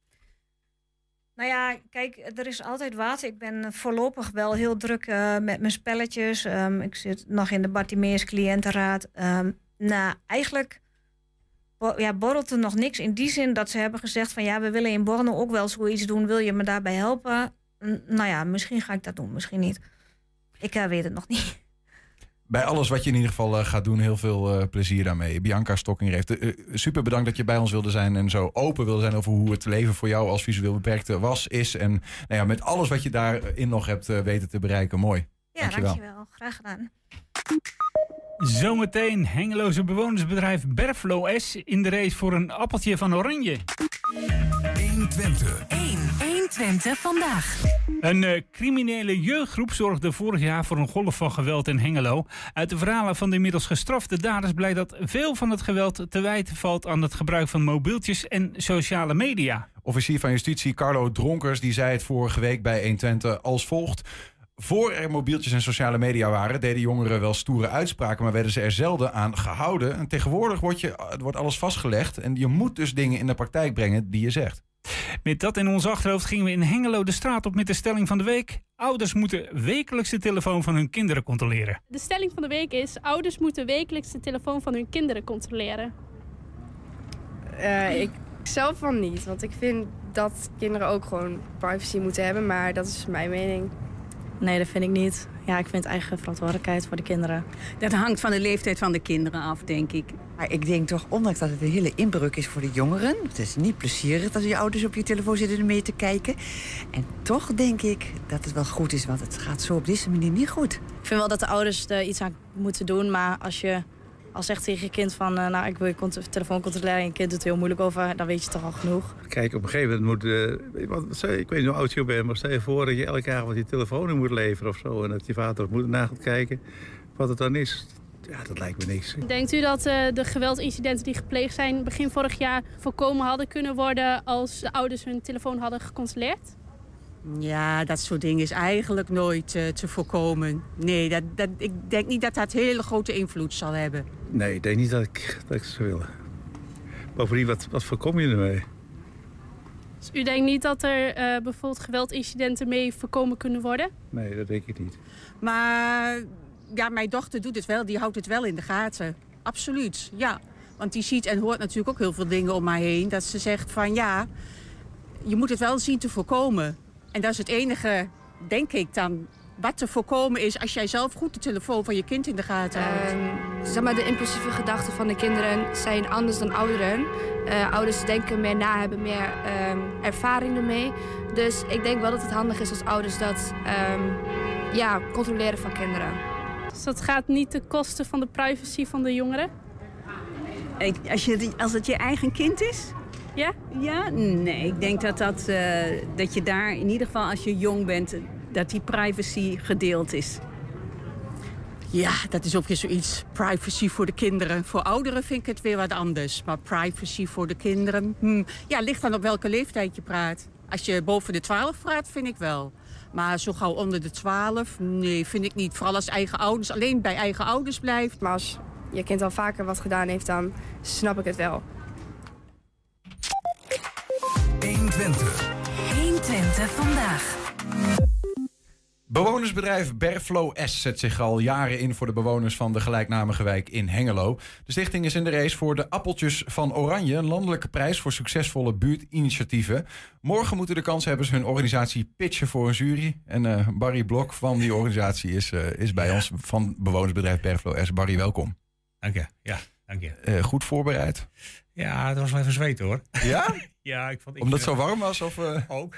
Nou ja, kijk, er is altijd wat. Ik ben voorlopig wel heel druk uh, met mijn spelletjes. Um, ik zit nog in de Bartimeus cliëntenraad. Um, nou, eigenlijk bo- ja, borrelt er nog niks in die zin dat ze hebben gezegd van ja, we willen in Borne ook wel zoiets doen. Wil je me daarbij helpen? N- nou ja, misschien ga ik dat doen, misschien niet. Ik uh, weet het nog niet. Bij alles wat je in ieder geval uh, gaat doen, heel veel uh, plezier daarmee. Bianca Stokkingreyf, uh, super bedankt dat je bij ons wilde zijn en zo open wilde zijn over hoe het leven voor jou als visueel beperkte was, is. En nou ja, met alles wat je daarin nog hebt uh, weten te bereiken. Mooi. Ja, dankjewel. dankjewel. Graag gedaan. Zometeen Hengeloze bewonersbedrijf Berflo S in de race voor een appeltje van Oranje. honderdtwintig. honderdtwintig vandaag. Een uh, criminele jeugdgroep zorgde vorig jaar voor een golf van geweld in Hengelo. Uit de verhalen van de inmiddels gestrafte daders blijkt dat veel van het geweld te wijten valt aan het gebruik van mobieltjes en sociale media. Officier van Justitie Carlo Dronkers die zei het vorige week bij honderdtwintig als volgt. Voor er mobieltjes en sociale media waren, deden jongeren wel stoere uitspraken, maar werden ze er zelden aan gehouden. En tegenwoordig wordt, je, het wordt alles vastgelegd en je moet dus dingen in de praktijk brengen die je zegt. Met dat in ons achterhoofd gingen we in Hengelo de straat op met de stelling van de week. Ouders moeten wekelijks de telefoon van hun kinderen controleren. De stelling van de week is, ouders moeten wekelijks de telefoon van hun kinderen controleren. Uh, ik zelf van niet, want ik vind dat kinderen ook gewoon privacy moeten hebben, maar dat is mijn mening. Nee, dat vind ik niet. Ja, ik vind eigen verantwoordelijkheid voor de kinderen. Dat hangt van de leeftijd van de kinderen af, denk ik. Maar ik denk toch, ondanks dat het een hele inbreuk is voor de jongeren, het is niet plezierig als je ouders op je telefoon zitten mee te kijken. En toch denk ik dat het wel goed is, want het gaat zo op deze manier niet goed. Ik vind wel dat de ouders er iets aan moeten doen, maar als je al zegt tegen je kind van, uh, nou, ik wil je kont- telefoon controleren en je kind doet er heel moeilijk over, dan weet je toch al genoeg. Kijk, op een gegeven moment moet, uh, wat, ik weet niet hoe oud je bent, maar stel je voor dat je elke avond je telefoon in moet leveren of zo en dat je vader of moeder na gaat kijken wat het dan is. Ja, dat lijkt me niks. Denkt u dat uh, de geweldincidenten die gepleegd zijn begin vorig jaar voorkomen hadden kunnen worden als de ouders hun telefoon hadden gecontroleerd? Ja, dat soort dingen is eigenlijk nooit uh, te voorkomen. Nee, dat, dat, ik denk niet dat dat hele grote invloed zal hebben. Nee, ik denk niet dat ik dat ik zou willen. Bovendien, wat, wat voorkom je ermee? Dus u denkt niet dat er uh, bijvoorbeeld geweldincidenten mee voorkomen kunnen worden? Nee, dat denk ik niet. Maar ja, mijn dochter doet het wel, die houdt het wel in de gaten. Absoluut, ja. Want die ziet en hoort natuurlijk ook heel veel dingen om haar heen. Dat ze zegt van ja, je moet het wel zien te voorkomen. En dat is het enige, denk ik dan, wat te voorkomen is als jij zelf goed de telefoon van je kind in de gaten houdt. Uh, zeg maar, de impulsieve gedachten van de kinderen zijn anders dan ouderen. Uh, ouders denken meer na, hebben meer um, ervaring ermee. Dus ik denk wel dat het handig is als ouders dat um, ja, controleren van kinderen. Dus dat gaat niet ten koste van de privacy van de jongeren? Als, je, als het je eigen kind is? Ja? Ja, nee. Ik denk dat, dat, uh, dat je daar, in ieder geval als je jong bent, dat die privacy gedeeld is. Ja, dat is ook weer zoiets. Privacy voor de kinderen. Voor ouderen vind ik het weer wat anders. Maar privacy voor de kinderen, hm, ja, ligt dan op welke leeftijd je praat. Als je boven de twaalf praat, vind ik wel. Maar zo gauw onder de twaalf, nee, vind ik niet. Vooral als eigen ouders, alleen bij eigen ouders blijft. Maar als je kind al vaker wat gedaan heeft, dan snap ik het wel. honderdtwintig. honderdtwintig vandaag. Bewonersbedrijf Berflo S zet zich al jaren in voor de bewoners van de gelijknamige wijk in Hengelo. De stichting is in de race voor de Appeltjes van Oranje, een landelijke prijs voor succesvolle buurtinitiatieven. Morgen moeten de kanshebbers hun organisatie pitchen voor een jury. En uh, Barry Blok van die organisatie is, uh, is bij ja. ons van bewonersbedrijf Berflo S. Barry, welkom. Dank je. Ja, dank je. Uh, goed voorbereid? Ja, het was wel even zweten hoor. Ja? Ja, ik vond, ik Omdat het zo warm was? Of, uh? Ook.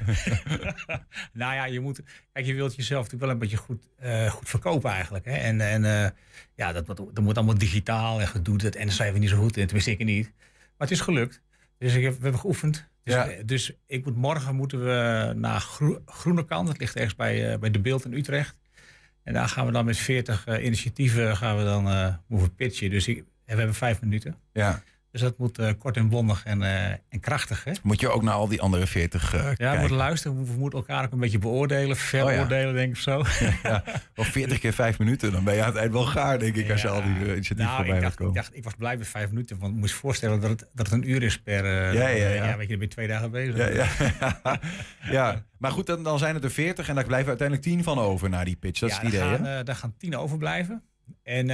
Nou ja, je moet, kijk, je wilt jezelf natuurlijk wel een beetje goed, uh, goed verkopen eigenlijk. Hè? En, en uh, ja, dat, dat, dat moet allemaal digitaal en gedoe. Dat, en daar zijn we niet zo goed in, tenminste ik niet. Maar het is gelukt. Dus ik heb, we hebben geoefend. Dus, ja. dus ik moet, morgen moeten we naar Gro- Groenekant. Dat ligt ergens bij, uh, bij De Beeld in Utrecht. En daar gaan we dan met veertig uh, initiatieven gaan we dan uh, moeten pitchen. Dus ik, we hebben vijf minuten. Ja. Dus dat moet uh, kort en bondig en, uh, en krachtig. Hè? Moet je ook naar al die andere veertig uh, ja, kijken? we moeten luisteren. We moeten elkaar ook een beetje beoordelen. Veroordelen, oh ja. denk ik zo. Ja, of veertig keer vijf minuten. Dan ben je aan het eind wel gaar, denk ik, als je ja. al die uh, initiatieven nou, voorbij dacht, komen. Ik, dacht, ik was blij met vijf minuten. Want ik moest je voorstellen dat het, dat het een uur is per... Uh, ja, ja, ja. ja, weet je, dan ben je twee dagen bezig. Ja, ja. ja. Maar goed, dan, dan zijn het er veertig en daar blijven uiteindelijk tien van over naar die pitch. Dat ja, is het idee, gaan, hè? Uh, daar gaan tien overblijven. En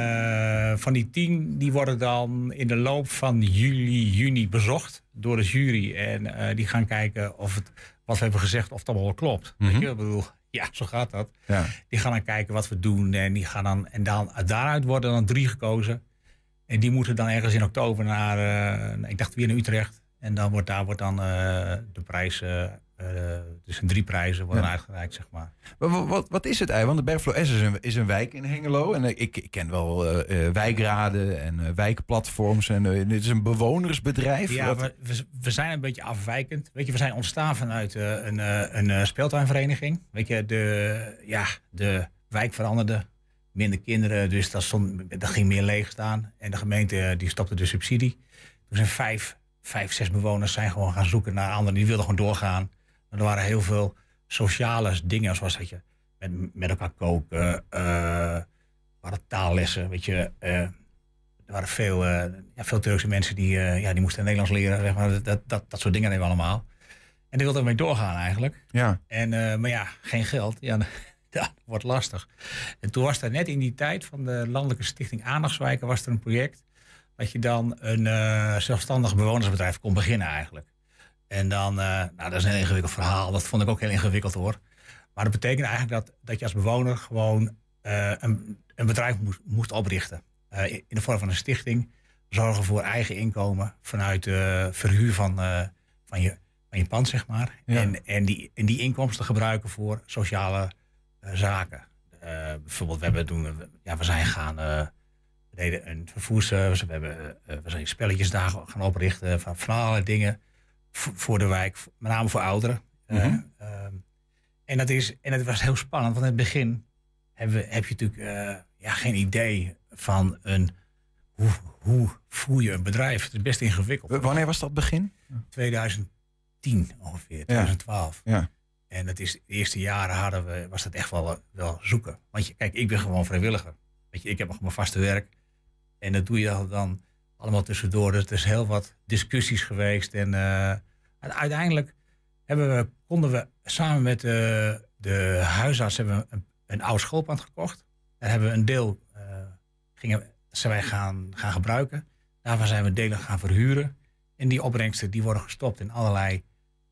uh, van die tien, die worden dan in de loop van juli, juni bezocht door de jury. En uh, die gaan kijken of het, wat we hebben gezegd, of het allemaal wel klopt. Mm-hmm. Weet je, ik bedoel, ja, zo gaat dat. Ja. Die gaan dan kijken wat we doen. En, die gaan dan, en dan, daaruit worden dan drie gekozen. En die moeten dan ergens in oktober naar, uh, ik dacht weer naar Utrecht. En dan wordt daar wordt dan uh, de prijs... Uh, Uh, dus een drie prijzen worden ja. uitgereikt, zeg maar. Wat, wat, wat is het eigenlijk? Want de Berflo S is een, is een wijk in Hengelo. En uh, ik, ik ken wel uh, uh, wijkraden en uh, wijkplatforms. En uh, dit is een bewonersbedrijf. Ja, we, we, we zijn een beetje afwijkend. Weet je, we zijn ontstaan vanuit uh, een, uh, een uh, speeltuinvereniging. Weet je, de, ja, de wijk veranderde. Minder kinderen, dus dat, stond, dat ging meer leeg staan. En de gemeente die stopte de subsidie. Toen zijn vijf, vijf, zes bewoners zijn gewoon gaan zoeken naar anderen. Die wilden gewoon doorgaan. Er waren heel veel sociale dingen, zoals dat je met, met elkaar koken, uh, er waren taallessen, weet je. Uh, er waren veel, uh, ja, veel Turkse mensen die, uh, ja, die moesten Nederlands leren, zeg maar. dat, dat, dat soort dingen deden we allemaal. En die wilden ermee doorgaan eigenlijk. Ja. En, uh, maar ja, geen geld, ja, dat wordt lastig. En toen was er net in die tijd van de Landelijke Stichting Aandachtswijken was er een project dat je dan een uh, zelfstandig bewonersbedrijf kon beginnen eigenlijk. En dan, uh, nou dat is een heel ingewikkeld verhaal. Dat vond ik ook heel ingewikkeld hoor. Maar dat betekent eigenlijk dat, dat je als bewoner gewoon uh, een, een bedrijf moest, moest oprichten. Uh, in de vorm van een stichting. Zorgen voor eigen inkomen vanuit uh, verhuur van, uh, van, je, van je pand, zeg maar. Ja. En, en, die, en die inkomsten gebruiken voor sociale uh, zaken. Uh, bijvoorbeeld, we, hebben toen, ja, we zijn gaan... Uh, we deden een vervoersservice. We, hebben, uh, we zijn spelletjesdagen gaan oprichten. Van, van allerlei dingen. Voor de wijk, met name voor ouderen. Mm-hmm. Uh, um, en, dat is, en dat was heel spannend, want in het begin heb, we, heb je natuurlijk uh, ja, geen idee van een, hoe, hoe voer je een bedrijf. Het is best ingewikkeld. W- wanneer was dat begin? twintig tien ongeveer, twintig twaalf. Ja. Ja. En dat is, de eerste jaren hadden we, was dat echt wel, wel zoeken. Want je, kijk, ik ben gewoon vrijwilliger. Weet je, ik heb nog mijn vaste werk. En dat doe je dan allemaal tussendoor. Dus er is heel wat discussies geweest. En uh, uiteindelijk hebben we, konden we samen met uh, de huisarts hebben we een, een oud schoolpand gekocht. Daar hebben we een deel uh, gingen, zijn wij gaan, gaan gebruiken. Daarvan zijn we delen gaan verhuren. En die opbrengsten die worden gestopt in allerlei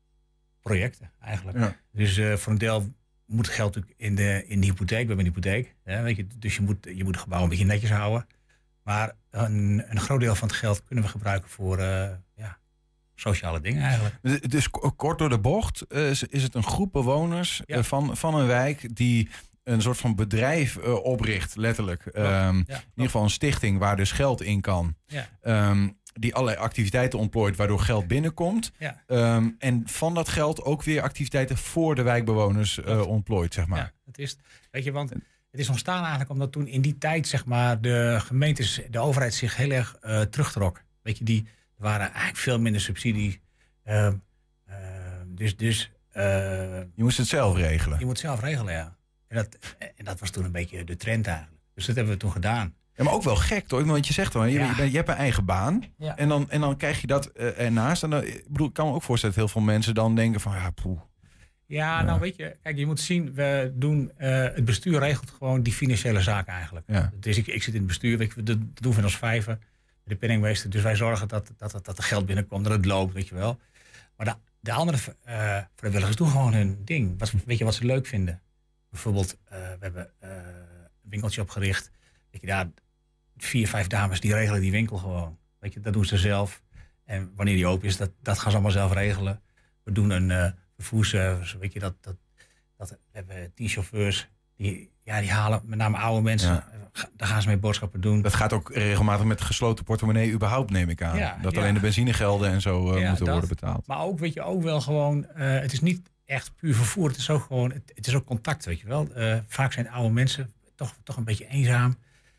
projecten eigenlijk. Ja. Dus uh, voor een deel moet het geld natuurlijk in de, in de hypotheek. We hebben een hypotheek. Hè, weet je, dus je moet, je moet het gebouw een beetje netjes houden. Maar een, een groot deel van het geld kunnen we gebruiken voor uh, ja, sociale dingen eigenlijk. Dus kort door de bocht uh, is het een groep bewoners ja. uh, van, van een wijk die een soort van bedrijf uh, opricht, letterlijk. Um, ja, in ieder geval een stichting waar dus geld in kan. Ja. Um, die allerlei activiteiten ontplooit waardoor geld binnenkomt. Ja. Um, en van dat geld ook weer activiteiten voor de wijkbewoners uh, ontplooit, zeg maar. Ja, het is, weet je, want het is ontstaan eigenlijk omdat toen in die tijd, zeg maar, de gemeentes, de overheid zich heel erg uh, terugtrok. Weet je, die er waren eigenlijk veel minder subsidie. Uh, uh, dus, dus uh, je moest het zelf regelen. Je moet het zelf regelen, ja. En dat, en dat was toen een beetje de trend eigenlijk. Dus dat hebben we toen gedaan. Ja, maar ook wel gek, toch? Want je zegt wel, je, ja. je, je hebt een eigen baan. Ja. En, dan, en dan krijg je dat uh, ernaast. En dan, ik bedoel, ik kan me ook voorstellen dat heel veel mensen dan denken van, ja, poeh. Ja, nou weet je, kijk, je moet zien, we doen, uh, het bestuur regelt gewoon die financiële zaken eigenlijk. Ja. Dus ik, ik zit in het bestuur, weet je, dat doen we in ons vijven, de penningmeester. Dus wij zorgen dat, dat, dat, dat er geld binnenkomt, dat het loopt, weet je wel. Maar de, de andere uh, vrijwilligers doen gewoon hun ding. Wat, weet je wat ze leuk vinden? Bijvoorbeeld, uh, we hebben uh, een winkeltje opgericht. Weet je, daar vier, vijf dames die regelen die winkel gewoon. Weet je, dat doen ze zelf. En wanneer die open is, dat, dat gaan ze allemaal zelf regelen. We doen een uh, vervoersservice, weet je, dat, dat, dat, we hebben tien chauffeurs, die, ja, die halen met name oude mensen, ja. Daar gaan ze mee boodschappen doen. Dat gaat ook regelmatig met gesloten portemonnee überhaupt, neem ik aan. Ja, dat ja. alleen de benzinegelden en zo uh, ja, moeten dat, worden betaald. Maar ook, weet je, ook wel gewoon, uh, het is niet echt puur vervoer, het is ook gewoon, het, het is ook contact, weet je wel. Uh, vaak zijn oude mensen toch, toch een beetje eenzaam.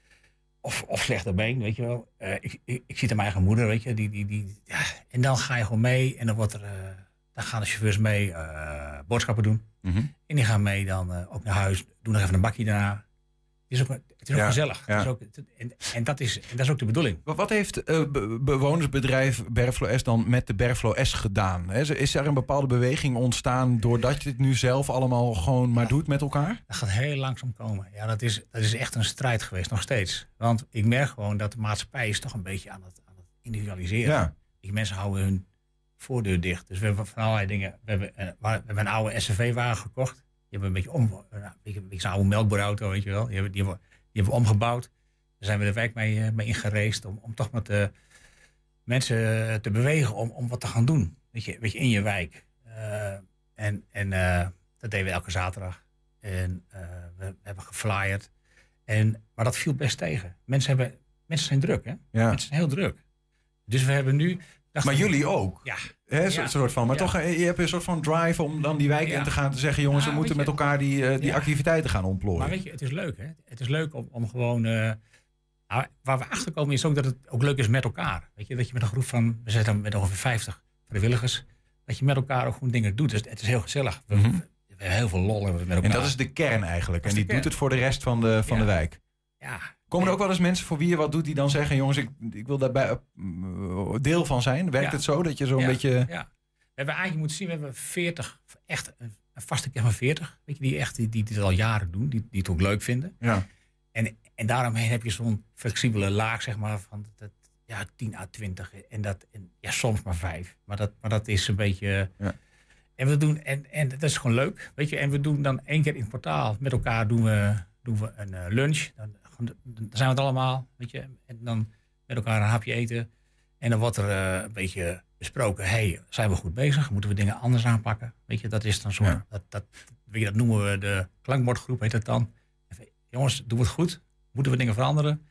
Of, of slechter been, weet je wel. Uh, ik, ik, ik zie het aan mijn eigen moeder, weet je. Die, die, die, ja. En dan ga je gewoon mee en dan, wordt er, uh, dan gaan de chauffeurs mee uh, boodschappen doen. Mm-hmm. En die gaan mee dan uh, ook naar huis, doen nog even een bakje daarna. Het is ook, het is ook ja, gezellig. Ja. Het is ook, het, en, en, dat is, en dat is ook de bedoeling. Wat heeft uh, be- bewonersbedrijf Bergflow S dan met de Bergflow S gedaan? He, is er een bepaalde beweging ontstaan doordat je het nu zelf allemaal gewoon maar doet met elkaar? Dat gaat heel langzaam komen. Ja, dat is, dat is echt een strijd geweest, nog steeds. Want ik merk gewoon dat de maatschappij is toch een beetje aan het, aan het individualiseren. Ja. Die mensen houden hun voordeur dicht. Dus we hebben van allerlei dingen. We hebben, uh, we hebben een oude S U V-wagen gekocht. Die hebben een beetje om, uh, een beetje, een beetje een oude melkboerauto, weet je wel. Die hebben, die hebben, die hebben we omgebouwd. Daar zijn we de wijk mee, uh, mee ingereisd om, om toch met de mensen uh, te bewegen om, om wat te gaan doen. Weet je, weet je in je wijk. Uh, en en uh, dat deden we elke zaterdag. En uh, we, we hebben geflyerd. En, maar dat viel best tegen. Mensen, hebben, mensen zijn druk, hè? Ja. Mensen zijn heel druk. Dus we hebben nu... Maar jullie ook? Ja. He, zo, ja. soort van. Maar ja. toch, je hebt een soort van drive om dan die wijk ja. in te gaan te zeggen... jongens, ja, we moeten je, met elkaar die, uh, die ja. activiteiten gaan ontplooien. Maar weet je, het is leuk, hè? Het is leuk om, om gewoon... Uh, nou, waar we achter komen is ook dat het ook leuk is met elkaar. Weet je, dat je met een groep van... We zitten met ongeveer vijftig vrijwilligers... dat je met elkaar ook gewoon dingen doet. Dus het is heel gezellig. We, Mm-hmm. we, we hebben heel veel lol met elkaar. En dat is de kern eigenlijk. En die kern. doet het voor de rest van de, van ja. de wijk. Ja. Komen er ook wel eens mensen voor wie je wat doet die dan zeggen... jongens, ik, ik wil daarbij uh, deel van zijn? Werkt ja. het zo dat je zo'n ja. beetje... Ja. We hebben eigenlijk moeten zien, we hebben veertig, echt een, een vaste kern van veertig. Weet je, die echt die, die dit al jaren doen, die, die het ook leuk vinden. Ja. En, en daaromheen heb je zo'n flexibele laag, zeg maar, van dat, ja, tien à twintig. En dat, en, ja, soms maar vijf. Maar dat, maar dat is een beetje... Ja. En we doen, en, en dat is gewoon leuk, weet je. En we doen dan één keer in het kwartaal, met elkaar doen we, doen we een uh, lunch. Dan, dan zijn we het allemaal, weet je. En dan met elkaar een hapje eten. En dan wordt er uh, een beetje besproken, hey, zijn we goed bezig? Moeten we dingen anders aanpakken? Weet je, dat is dan zo. Ja. Dat, dat, weet je, dat noemen we de klankbordgroep, heet dat dan. Even, jongens, doen we het goed? Moeten we dingen veranderen?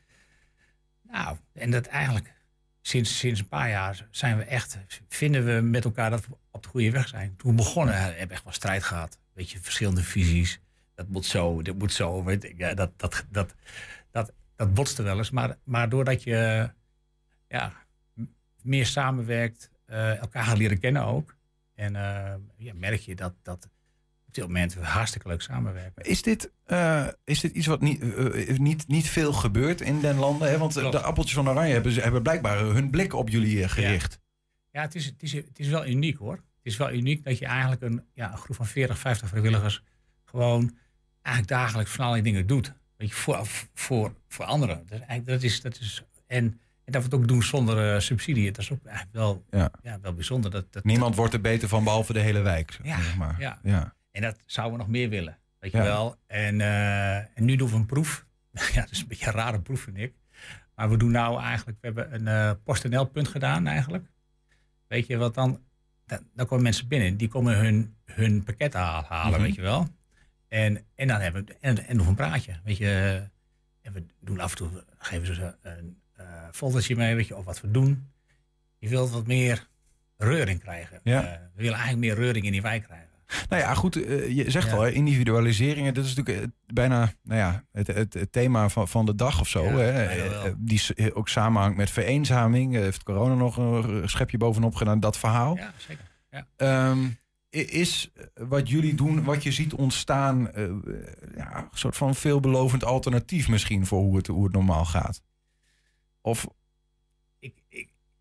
Nou, en dat eigenlijk sinds, sinds een paar jaar zijn we echt, vinden we met elkaar dat we op de goede weg zijn. Toen we begonnen, hebben we echt wel strijd gehad. Weet je, verschillende visies. Dat moet zo, dat moet zo. Weet ik, ja, dat, dat, dat, dat, dat botste wel eens. Maar, maar doordat je ja, meer samenwerkt, uh, elkaar gaat leren kennen ook. En uh, ja, merk je dat, dat op dit moment we hartstikke leuk samenwerken. Is dit, uh, is dit iets wat niet, uh, niet, niet veel gebeurt in den landen? Hè? Want Klopt. de appeltjes van Oranje hebben, hebben blijkbaar hun blik op jullie uh, gericht. Ja, ja het, is, het, is, het is wel uniek hoor. Het is wel uniek dat je eigenlijk een, ja, een groep van veertig, vijftig vrijwilligers gewoon eigenlijk dagelijks van allerlei dingen doet. Weet je, voor, voor, voor anderen. Dat, eigenlijk, dat is, dat is, en, en dat we het ook doen zonder uh, subsidie. Dat is ook eigenlijk wel, ja. Ja, wel bijzonder. Dat, dat, Niemand wordt er beter van behalve de hele wijk. Ja, zeg maar. ja. ja. En dat zouden we nog meer willen. Weet je ja. wel. En, uh, en nu doen we een proef. Ja, dat is een beetje een rare proef, vind ik. Maar we doen nou eigenlijk, we hebben een uh, PostNL-punt gedaan eigenlijk. Weet je, wat dan, dan, dan komen mensen binnen. Die komen hun, hun pakket halen, mm-hmm. weet je wel. En, en dan hebben we, en, en nog een praatje, weet je. En we doen af en toe, geven ze een uh, foldertje mee, weet je, of wat we doen. Je wilt wat meer reuring krijgen. Ja. Uh, we willen eigenlijk meer reuring in die wijk krijgen. Nou ja, goed, uh, je zegt ja. al, hè, individualisering, dat is natuurlijk uh, bijna nou ja, het, het, het thema van, van de dag of zo. Ja, hè, uh, die ook samenhangt met vereenzaming. Uh, heeft corona nog een schepje bovenop gedaan, dat verhaal. Ja, zeker. Ja. Um, is wat jullie doen, wat je ziet ontstaan, uh, ja, een soort van veelbelovend alternatief misschien voor hoe het, hoe het normaal gaat? Of... Ik, ik,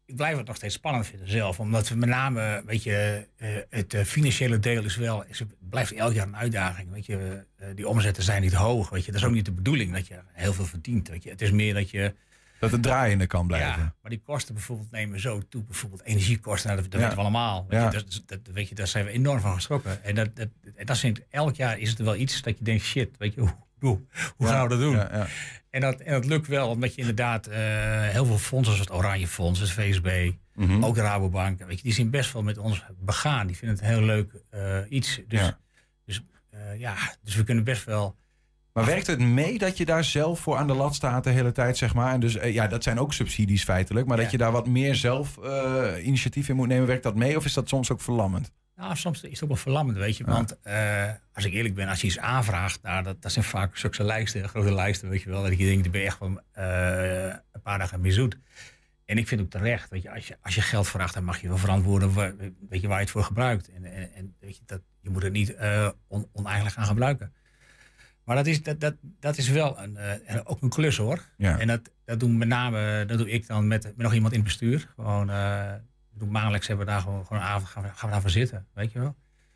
ik blijf het nog steeds spannend vinden zelf. Omdat we met name, weet je, uh, het uh, financiële deel is wel, is, het blijft elk jaar een uitdaging. Weet je, uh, die omzetten zijn niet hoog. Weet je, dat is ook niet de bedoeling dat je heel veel verdient. Weet je, het is meer dat je. Dat het draaiende kan blijven. Ja, maar die kosten bijvoorbeeld nemen zo toe. Bijvoorbeeld energiekosten, nou, dat, dat ja. weten we allemaal. Weet, ja. je, dat, dat, weet je, daar zijn we enorm van geschrokken. En dat, dat, en dat is, elk jaar is het wel iets dat je denkt, shit, weet je, hoe, hoe, hoe ja. gaan we dat doen? Ja, ja. En, dat, en dat lukt wel, omdat je inderdaad uh, heel veel fondsen, zoals het Oranje Fonds, het V S B, mm-hmm. ook de Rabobank, weet je, die zijn best wel met ons begaan. Die vinden het een heel leuk uh, iets. Dus ja. Dus, uh, ja, dus we kunnen best wel. Maar werkt het mee dat je daar zelf voor aan de lat staat de hele tijd, zeg maar? En dus, ja, dat zijn ook subsidies feitelijk. Maar ja. dat je daar wat meer zelf uh, initiatief in moet nemen, werkt dat mee? Of is dat soms ook verlammend? Nou, soms is het ook wel verlammend, weet je. Ja. Want uh, als ik eerlijk ben, als je iets aanvraagt, nou, dat, dat zijn vaak zulke lijsten, grote lijsten, weet je wel. Dat je denkt, daar ben je echt wel uh, een paar dagen mee zoet. En ik vind ook terecht, weet je, als je, als je geld vraagt, dan mag je wel verantwoorden, waar, weet je, waar je het voor gebruikt. En, en, en weet je, dat, je moet het niet uh, on, oneigenlijk gaan gebruiken. Maar dat is, dat, dat, dat is wel een, uh, ook een klus, hoor. Ja. En dat, dat doen met name, dat doe ik dan met, met nog iemand in het bestuur. Gewoon, uh, doen maandelijks hebben we daar gewoon, gewoon een avond, gaan we, gaan we daarvoor zitten, weet je wel.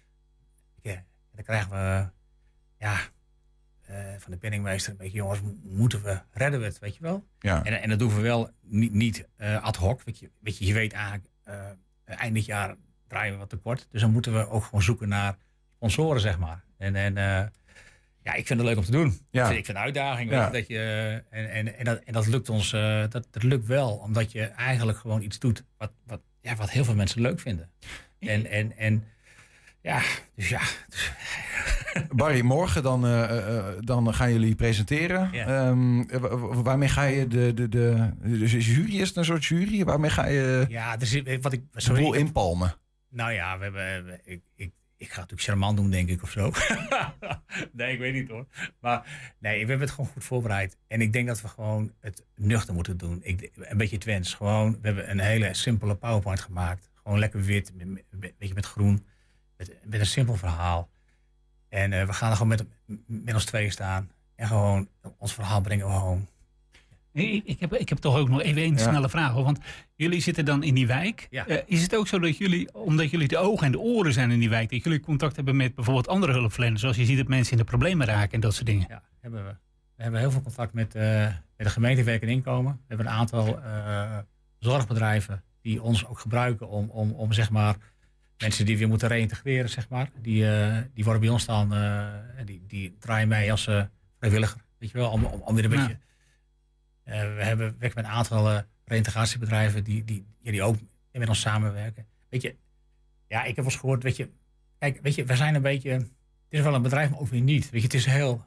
Ja, en dan krijgen we, ja, uh, van de penningmeester een beetje, jongens, moeten we, redden we het, weet je wel. Ja. En, en dat doen we wel niet, niet uh, ad hoc, weet je, weet je, je weet eigenlijk, uh, eind dit jaar draaien we wat tekort. Dus dan moeten we ook gewoon zoeken naar sponsoren, zeg maar. En, en uh, ja, ik vind het leuk om te doen. Ja. Ik, vind, ik vind een uitdaging. Ja. Dat je, en, en, en, dat, en dat lukt ons, uh, dat, dat lukt wel. Omdat je eigenlijk gewoon iets doet wat, wat, ja, wat heel veel mensen leuk vinden. En, en, en ja, dus ja. Dus. Barry, morgen dan, uh, uh, dan gaan jullie presenteren. Ja. Um, waarmee ga je de, de, de, de jury, is het een soort jury? Waarmee ga je ja, dus, wat ik, sorry, de boel inpalmen? Nou ja, we hebben... Ik, ik, Ik ga natuurlijk charmant doen, denk ik, of zo. Nee, ik weet niet hoor. Maar nee, we hebben het gewoon goed voorbereid. En ik denk dat we gewoon het nuchter moeten doen. Ik, een beetje Twents. Gewoon, we hebben een hele simpele PowerPoint gemaakt. Gewoon lekker wit, met, met, met groen. Met, met een simpel verhaal. En uh, we gaan er gewoon met, met ons tweeën staan. En gewoon ons verhaal brengen we home. Ik, ik, heb, ik heb toch ook nog even een ja. snelle vraag. Hoor. Want jullie zitten dan in die wijk. Ja. Uh, is het ook zo dat jullie, omdat jullie de ogen en de oren zijn in die wijk, dat jullie contact hebben met bijvoorbeeld andere hulpverleners? Zoals je ziet dat mensen in de problemen raken en dat soort dingen. Ja, hebben we. We hebben heel veel contact met, uh, met de gemeente Werk en Inkomen. We hebben een aantal uh, zorgbedrijven die ons ook gebruiken om, om, om zeg maar, mensen die weer moeten reïntegreren, zeg maar. Die, uh, die worden bij ons dan, uh, die, die draaien mij als uh, vrijwilliger. Weet je wel, om, om, om weer een ja. beetje... Uh, we hebben werken met een aantal uh, reïntegratiebedrijven die, die, ja, die ook met ons samenwerken. Weet je, ja, ik heb wel eens gehoord, weet je, kijk, weet je, we zijn een beetje, het is wel een bedrijf, maar ook weer niet. Weet je, het is heel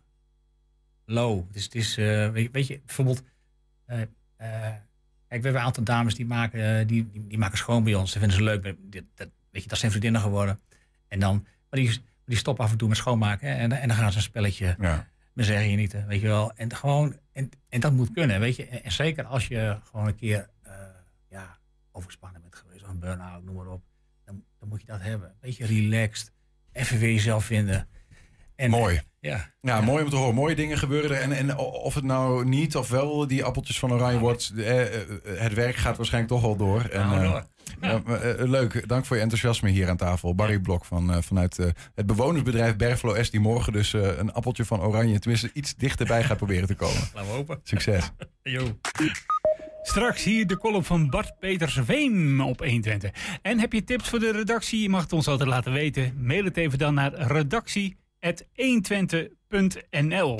low. Het is, het is uh, weet, je, weet je, bijvoorbeeld, uh, uh, kijk, we hebben een aantal dames die maken, uh, die, die, die maken schoon bij ons. Dat vinden ze leuk. Dat, dat, weet je, dat zijn vriendinnen geworden. En dan, maar die, die stoppen af en toe met schoonmaken. Hè, en, en dan gaan ze een spelletje. Ja. Me zeggen je niet, weet je wel. En gewoon, en, en dat moet kunnen, weet je. En, en zeker als je gewoon een keer uh, ja, overspannen bent geweest, of een burn-out, noem maar op. Dan, dan moet je dat hebben. Een beetje relaxed. Even weer jezelf vinden. En, mooi. Ja, ja, ja, mooi om te horen. Mooie dingen gebeuren er. En, en of het nou niet of wel die appeltjes van oranje wordt, eh, het werk gaat waarschijnlijk toch wel door. En, nou, door. Ja, uh, uh, leuk, dank voor je enthousiasme hier aan tafel. Barry Blok van, uh, vanuit uh, het bewonersbedrijf Bergflow S, die morgen dus uh, een appeltje van oranje, tenminste iets dichterbij gaat proberen te komen. Laten we hopen. Succes. Yo. Straks hier de column van Bart Petersveen op honderdtwintig. En heb je tips voor de redactie? Je mag het ons altijd laten weten. Mail het even dan naar redactie at honderdtwintig punt n l.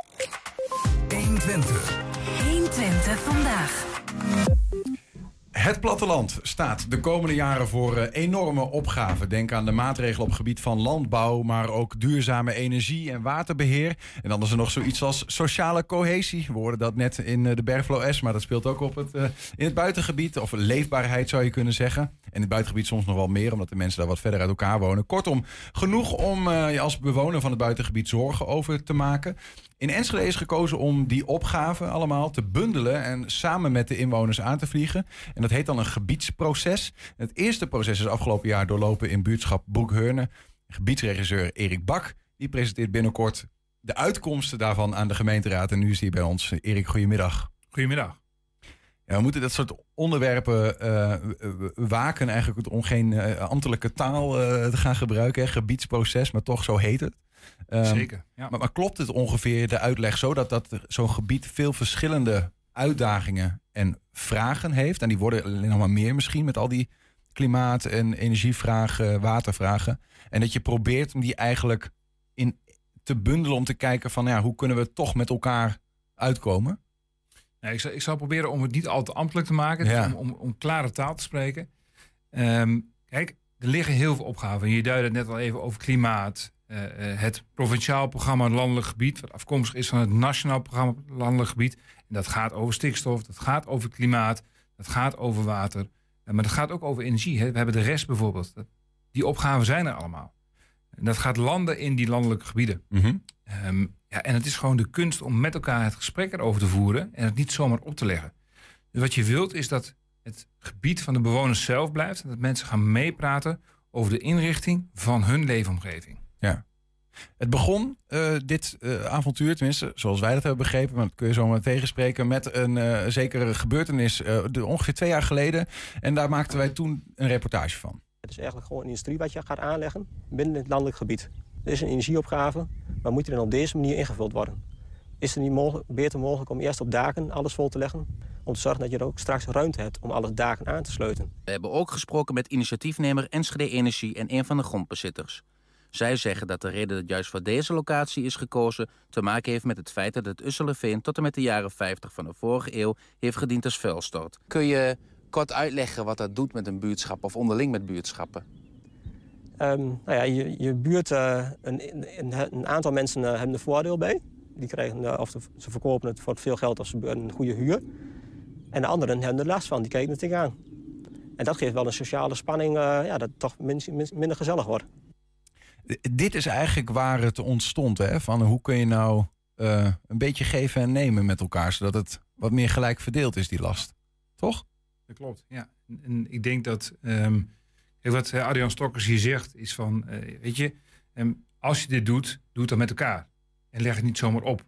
honderdtwintig. honderdtwintig vandaag. Het platteland staat de komende jaren voor uh, enorme opgaven. Denk aan de maatregelen op het gebied van landbouw, maar ook duurzame energie en waterbeheer. En dan is er nog zoiets als sociale cohesie. We hoorden dat net in uh, de Bergflow S, maar dat speelt ook op het, uh, in het buitengebied. Of leefbaarheid zou je kunnen zeggen. En in het buitengebied soms nog wel meer, omdat de mensen daar wat verder uit elkaar wonen. Kortom, genoeg om uh, je als bewoner van het buitengebied zorgen over te maken. In Enschede is gekozen om die opgaven allemaal te bundelen en samen met de inwoners aan te vliegen. En dat heet dan een gebiedsproces. Het eerste proces is afgelopen jaar doorlopen in buurtschap Broekheurne. Gebiedsregisseur Erik Bak die presenteert binnenkort de uitkomsten daarvan aan de gemeenteraad. En nu is hij bij ons. Erik, goedemiddag. Goedemiddag. Ja, we moeten dat soort onderwerpen uh, waken eigenlijk om geen uh, ambtelijke taal uh, te gaan gebruiken. Hè? Gebiedsproces, maar toch zo heet het. Um, Zeker, ja. maar, maar klopt het ongeveer, de uitleg, zo dat, dat zo'n gebied veel verschillende uitdagingen en vragen heeft? En die worden alleen nog maar meer misschien met al die klimaat- en energievragen, watervragen. En dat je probeert om die eigenlijk in te bundelen om te kijken van ja, hoe kunnen we toch met elkaar uitkomen? Nee, ik, zal, ik zal proberen om het niet al te ambtelijk te maken. Ja. Dus om, om, om klare taal te spreken. Um, kijk, er liggen heel veel opgaven. Je duidde het net al even over klimaat. Uh, uh, het provinciaal programma Landelijk Gebied, wat afkomstig is van het Nationaal Programma Landelijk Gebied. En dat gaat over stikstof, dat gaat over klimaat, dat gaat over water. Uh, maar dat gaat ook over energie. Hè. We hebben de rest bijvoorbeeld. Dat, die opgaven zijn er allemaal. En dat gaat landen in die landelijke gebieden. Mm-hmm. Um, ja, en het is gewoon de kunst om met elkaar het gesprek erover te voeren en het niet zomaar op te leggen. Dus wat je wilt is dat het gebied van de bewoners zelf blijft en dat mensen gaan meepraten over de inrichting van hun leefomgeving. Ja. Het begon, uh, dit uh, avontuur, tenminste zoals wij dat hebben begrepen, maar dat kun je zo maar tegenspreken, met een uh, zekere gebeurtenis uh, de, ongeveer twee jaar geleden. En daar maakten wij toen een reportage van. Het is eigenlijk gewoon een industrie wat je gaat aanleggen binnen het landelijk gebied. Er is een energieopgave, maar moet die dan op deze manier ingevuld worden? Is het niet mogelijk, beter mogelijk om eerst op daken alles vol te leggen? Om te zorgen dat je er ook straks ruimte hebt om alle daken aan te sluiten. We hebben ook gesproken met initiatiefnemer Enschede Energie en een van de grondbezitters. Zij zeggen dat de reden dat juist voor deze locatie is gekozen te maken heeft met het feit dat het Usselenveen tot en met de jaren vijftig van de vorige eeuw heeft gediend als vuilstort. Kun je kort uitleggen wat dat doet met een buurtschap of onderling met buurtschappen? Um, nou ja, je, je buurt, uh, een, een, een aantal mensen uh, hebben er voordeel bij. Die krijgen, uh, of de, ze verkopen het voor veel geld of ze hebben een goede huur. En de anderen hebben er last van, die kijken er tegenaan. En dat geeft wel een sociale spanning, uh, ja, dat het toch min, min, minder gezellig wordt. Dit is eigenlijk waar het ontstond, hè? Van hoe kun je nou uh, een beetje geven en nemen met elkaar, zodat het wat meer gelijk verdeeld is, die last. Toch? Dat klopt, ja. En, en ik denk dat, um, wat uh, Arjan Stokkers hier zegt, is van, uh, weet je, um, als je dit doet, doe het dan met elkaar. En leg het niet zomaar op.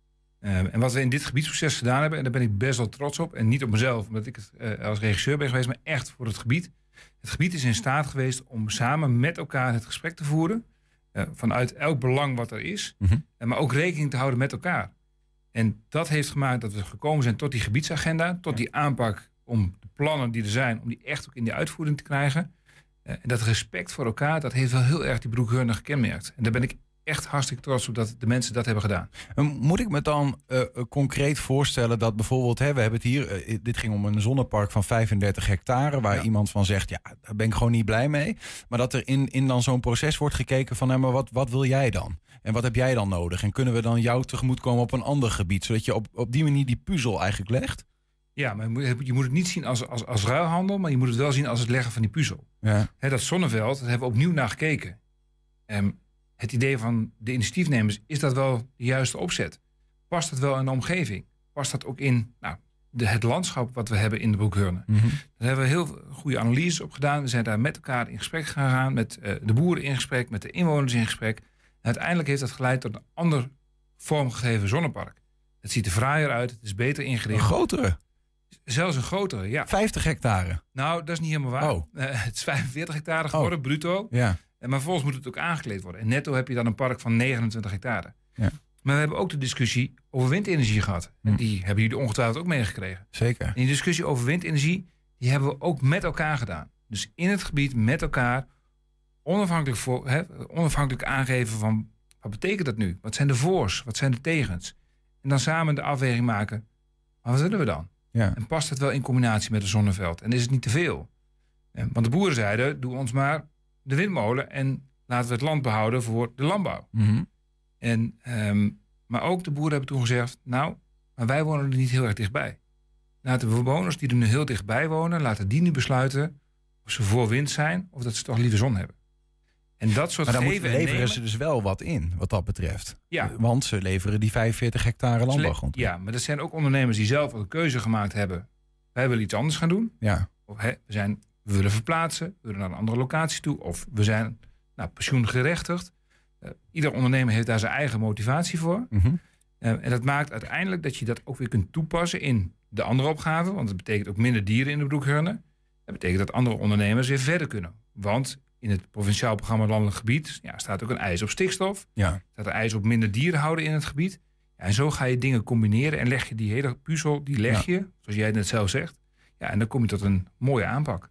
Um, en wat we in dit gebiedsproces gedaan hebben, en daar ben ik best wel trots op, en niet op mezelf, omdat ik het uh, als regisseur ben geweest, maar echt voor het gebied. Het gebied is in staat geweest om samen met elkaar het gesprek te voeren. Uh, vanuit elk belang wat er is. Mm-hmm. Uh, maar ook rekening te houden met elkaar. En dat heeft gemaakt dat we gekomen zijn tot die gebiedsagenda. Tot die aanpak om de plannen die er zijn, om die echt ook in die uitvoering te krijgen. Uh, en dat respect voor elkaar, dat heeft wel heel erg die Broekheurne gekenmerkt. En daar ben ik echt hartstikke trots op dat de mensen dat hebben gedaan. Moet ik me dan uh, concreet voorstellen dat bijvoorbeeld, hè, we hebben het hier, uh, dit ging om een zonnepark van vijfendertig hectare, waar ja. iemand van zegt, ja, daar ben ik gewoon niet blij mee. Maar dat er in, in dan zo'n proces wordt gekeken van, nou, maar wat, wat wil jij dan? En wat heb jij dan nodig? En kunnen we dan jou tegemoetkomen op een ander gebied, zodat je op, op die manier die puzzel eigenlijk legt? Ja, maar je moet het niet zien als, als, als ruilhandel, maar je moet het wel zien als het leggen van die puzzel. Ja. Hè, dat zonneveld, daar hebben we opnieuw naar gekeken. Um, Het idee van de initiatiefnemers, is dat wel de juiste opzet? Past dat wel in de omgeving? Past dat ook in nou, de, het landschap wat we hebben in de Broekheurne? Mm-hmm. Daar hebben we heel goede analyses op gedaan. We zijn daar met elkaar in gesprek gegaan, met uh, de boeren in gesprek, met de inwoners in gesprek. En uiteindelijk heeft dat geleid tot een ander vormgegeven zonnepark. Het ziet er fraaier uit, het is beter ingericht. Een grotere? Zelfs een grotere, ja. vijftig hectare? Nou, dat is niet helemaal waar. Oh. Uh, het is vijfenveertig hectare geworden, oh. bruto. Ja. Maar vervolgens moet het ook aangekleed worden. En netto heb je dan een park van negenentwintig hectare. Ja. Maar we hebben ook de discussie over windenergie gehad. Hm. En die hebben jullie ongetwijfeld ook meegekregen. Zeker. En die discussie over windenergie, die hebben we ook met elkaar gedaan. Dus in het gebied met elkaar onafhankelijk, voor, hè, onafhankelijk aangeven van, wat betekent dat nu? Wat zijn de voors? Wat zijn de tegens? En dan samen de afweging maken, maar wat willen we dan? Ja. En past het wel in combinatie met een zonneveld? En is het niet te veel? Want de boeren zeiden, doe ons maar de windmolen en laten we het land behouden voor de landbouw. Mm-hmm. En, um, maar ook de boeren hebben toen gezegd, nou, maar wij wonen er niet heel erg dichtbij. Laten de bewoners die er nu heel dichtbij wonen, laten die nu besluiten of ze voor wind zijn of dat ze toch liever zon hebben. En dat soort maar dan geven leveren en nemen, ze dus wel wat in, wat dat betreft. Ja. Want ze leveren die vijfenveertig hectare landbouwgrond. Ja, maar dat zijn ook ondernemers die zelf een keuze gemaakt hebben. Wij willen iets anders gaan doen. Ja. Of hè, we, zijn, we willen verplaatsen, we willen naar een andere locatie toe. Of we zijn nou, pensioengerechtigd. Uh, ieder ondernemer heeft daar zijn eigen motivatie voor. Mm-hmm. Uh, en dat maakt uiteindelijk dat je dat ook weer kunt toepassen in de andere opgave, want het betekent ook minder dieren in de broekhurnen. Dat betekent dat andere ondernemers weer verder kunnen. Want in het provinciaal programma Landelijk Gebied ja, staat ook een eis op stikstof. Ja. Staat een eis op minder dieren houden in het gebied. Ja, en zo ga je dingen combineren en leg je die hele puzzel, die leg je, zoals jij net zelf zegt. Ja, en dan kom je tot een mooie aanpak.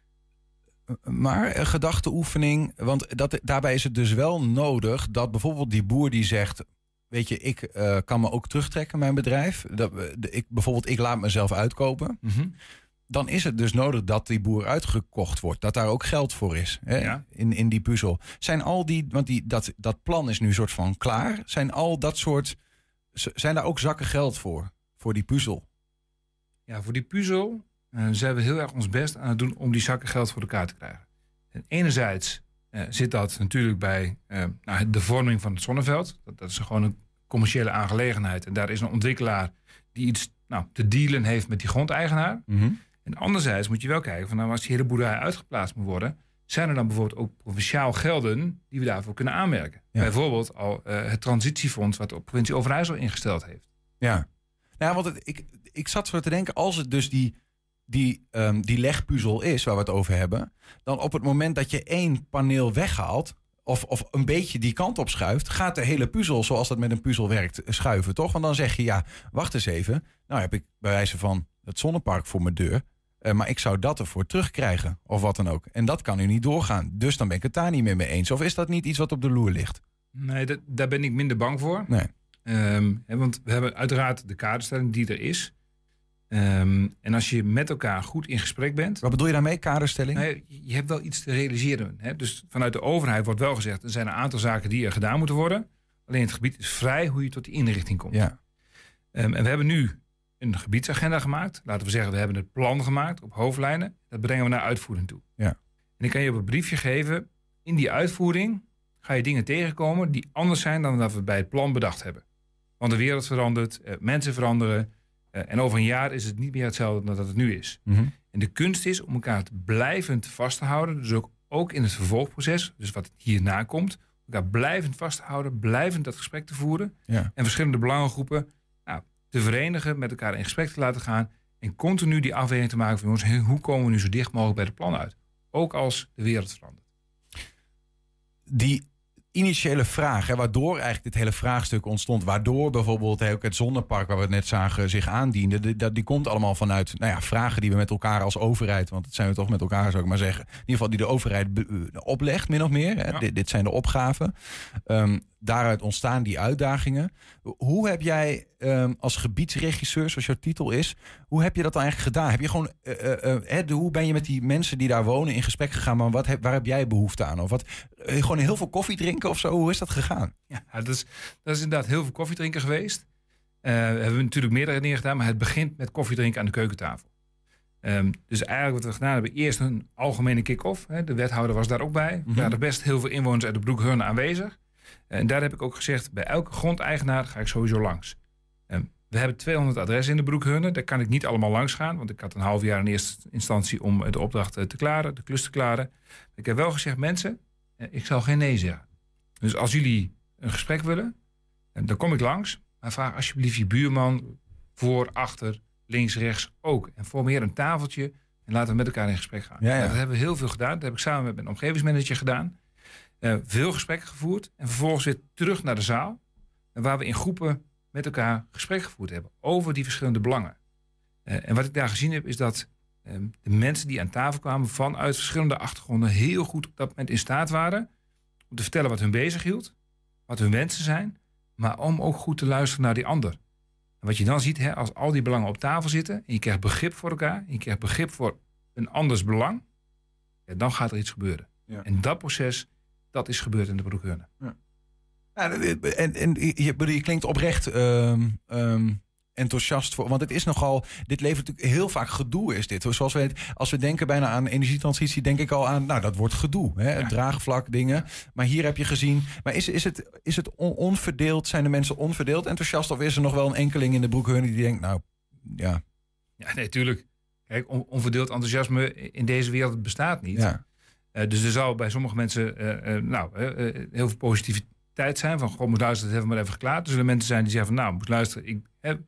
Maar een gedachteoefening, want dat, daarbij is het dus wel nodig dat bijvoorbeeld die boer die zegt, weet je, ik uh, kan me ook terugtrekken mijn bedrijf. Dat, de, ik, bijvoorbeeld, ik laat mezelf uitkopen. Mm-hmm. Dan is het dus nodig dat die boer uitgekocht wordt. Dat daar ook geld voor is hè, ja. in, in die puzzel. Zijn al die, want die, dat, dat plan is nu een soort van klaar. Zijn al dat soort, zijn daar ook zakken geld voor? Voor die puzzel? Ja, voor die puzzel uh, zijn we heel erg ons best aan het doen om die zakken geld voor elkaar te krijgen. En enerzijds uh, zit dat natuurlijk bij uh, nou, de vorming van het Zonneveld. Dat, dat is gewoon een commerciële aangelegenheid. En daar is een ontwikkelaar die iets nou, te dealen heeft met die grondeigenaar. Mm-hmm. En anderzijds moet je wel kijken, van, nou, als die hele boerderij uitgeplaatst moet worden, zijn er dan bijvoorbeeld ook provinciaal gelden die we daarvoor kunnen aanmerken. Ja. Bijvoorbeeld al uh, het transitiefonds wat de provincie Overijssel ingesteld heeft. Ja, nou, want het, ik, ik zat zo te denken, als het dus die, die, um, die legpuzzel is waar we het over hebben, dan op het moment dat je één paneel weghaalt, Of, of een beetje die kant op schuift, gaat de hele puzzel, zoals dat met een puzzel werkt, schuiven, toch? Want dan zeg je, ja, wacht eens even. Nou heb ik bij wijze van het zonnepark voor mijn deur. Uh, maar ik zou dat ervoor terugkrijgen, of wat dan ook. En dat kan nu niet doorgaan. Dus dan ben ik het daar niet meer mee eens. Of is dat niet iets wat op de loer ligt? Nee, dat, daar ben ik minder bang voor. Nee. Um, hè, want we hebben uiteraard de kaderstelling die er is. Um, en als je met elkaar goed in gesprek bent... Wat bedoel je daarmee, kaderstelling? Nou, je hebt wel iets te realiseren. Hè? Dus vanuit de overheid wordt wel gezegd, er zijn een aantal zaken die er gedaan moeten worden. Alleen het gebied is vrij hoe je tot die inrichting komt. Ja. Um, en we hebben nu een gebiedsagenda gemaakt. Laten we zeggen, we hebben het plan gemaakt op hoofdlijnen. Dat brengen we naar uitvoering toe. Ja. En ik kan je op een briefje geven. In die uitvoering ga je dingen tegenkomen die anders zijn dan dat we bij het plan bedacht hebben. Want de wereld verandert, uh, mensen veranderen. Uh, en over een jaar is het niet meer hetzelfde dan dat het nu is. Mm-hmm. En de kunst is om elkaar blijvend vast te houden. Dus ook, ook in het vervolgproces, dus wat hierna komt. Elkaar blijvend vast te houden, blijvend dat gesprek te voeren. Ja. En verschillende belangengroepen nou, te verenigen, met elkaar in gesprek te laten gaan. En continu die afweging te maken van, jongens, hoe komen we nu zo dicht mogelijk bij het plan uit? Ook als de wereld verandert. Die initiële vraag, hè, waardoor eigenlijk dit hele vraagstuk ontstond, waardoor bijvoorbeeld ook het zonnepark waar we het net zagen zich aandiende, die, die komt allemaal vanuit nou ja, vragen die we met elkaar als overheid, want dat zijn we toch met elkaar, zou ik maar zeggen, in ieder geval die de overheid be, oplegt, min of meer. Hè. Ja. Dit, dit zijn de opgaven. Um, daaruit ontstaan die uitdagingen. Hoe heb jij um, als gebiedsregisseur, zoals jouw titel is, hoe heb je dat eigenlijk gedaan? Heb je gewoon, uh, uh, uh, de, hoe ben je met die mensen die daar wonen in gesprek gegaan, maar wat heb, waar heb jij behoefte aan? Of wat, uh, gewoon heel veel koffie drinken of zo? Hoe is dat gegaan? Ja, dat is, dat is inderdaad heel veel koffiedrinken geweest. Uh, we hebben natuurlijk meerdere dingen gedaan, maar het begint met koffiedrinken aan de keukentafel. Um, dus eigenlijk wat we gedaan hebben, eerst een algemene kick-off. Hè, de wethouder was daar ook bij. Mm-hmm. Er waren best heel veel inwoners uit de Broekhurnen aanwezig. En daar heb ik ook gezegd, bij elke grondeigenaar ga ik sowieso langs. Um, we hebben tweehonderd adressen in de Broekhurnen. Daar kan ik niet allemaal langs gaan, want ik had een half jaar in eerste instantie om de opdracht te klaren, de klus te klaren. Ik heb wel gezegd, mensen, ik zal geen nee zeggen. Dus als jullie een gesprek willen, dan kom ik langs. Maar vraag alsjeblieft je buurman voor, achter, links, rechts ook. En formeer een tafeltje en laten we met elkaar in gesprek gaan. Ja, ja. Dat hebben we heel veel gedaan. Dat heb ik samen met mijn omgevingsmanager gedaan. Uh, veel gesprekken gevoerd. En vervolgens weer terug naar de zaal. Waar we in groepen met elkaar gesprek gevoerd hebben. Over die verschillende belangen. Uh, en wat ik daar gezien heb is dat uh, de mensen die aan tafel kwamen vanuit verschillende achtergronden heel goed op dat moment in staat waren om te vertellen wat hun bezighield. Wat hun wensen zijn. Maar om ook goed te luisteren naar die ander. En wat je dan ziet, hè, als al die belangen op tafel zitten en je krijgt begrip voor elkaar, en je krijgt begrip voor een anders belang, ja, dan gaat er iets gebeuren. Ja. En dat proces, dat is gebeurd in de Broekhurnen. Ja. Ja, en, en je, je klinkt oprecht um, um, enthousiast voor, want het is nogal, dit levert natuurlijk heel vaak gedoe is dit. Zoals we, als we denken bijna aan energietransitie, denk ik al aan, nou dat wordt gedoe, hè? Ja. Draagvlak, dingen. Maar hier heb je gezien, maar is, is het, is het on, onverdeeld, zijn de mensen onverdeeld enthousiast, of is er nog wel een enkeling in de Broekhurnen die denkt, nou ja. Ja, nee, tuurlijk. Kijk, on, onverdeeld enthousiasme in deze wereld bestaat niet. Ja. Uh, dus er zal bij sommige mensen uh, uh, nou, uh, uh, heel veel positiviteit zijn. Van, goh, moet luisteren, dat hebben we maar even geklaard. Er zullen mensen zijn die zeggen van, nou, moet luisteren. Ik, uh,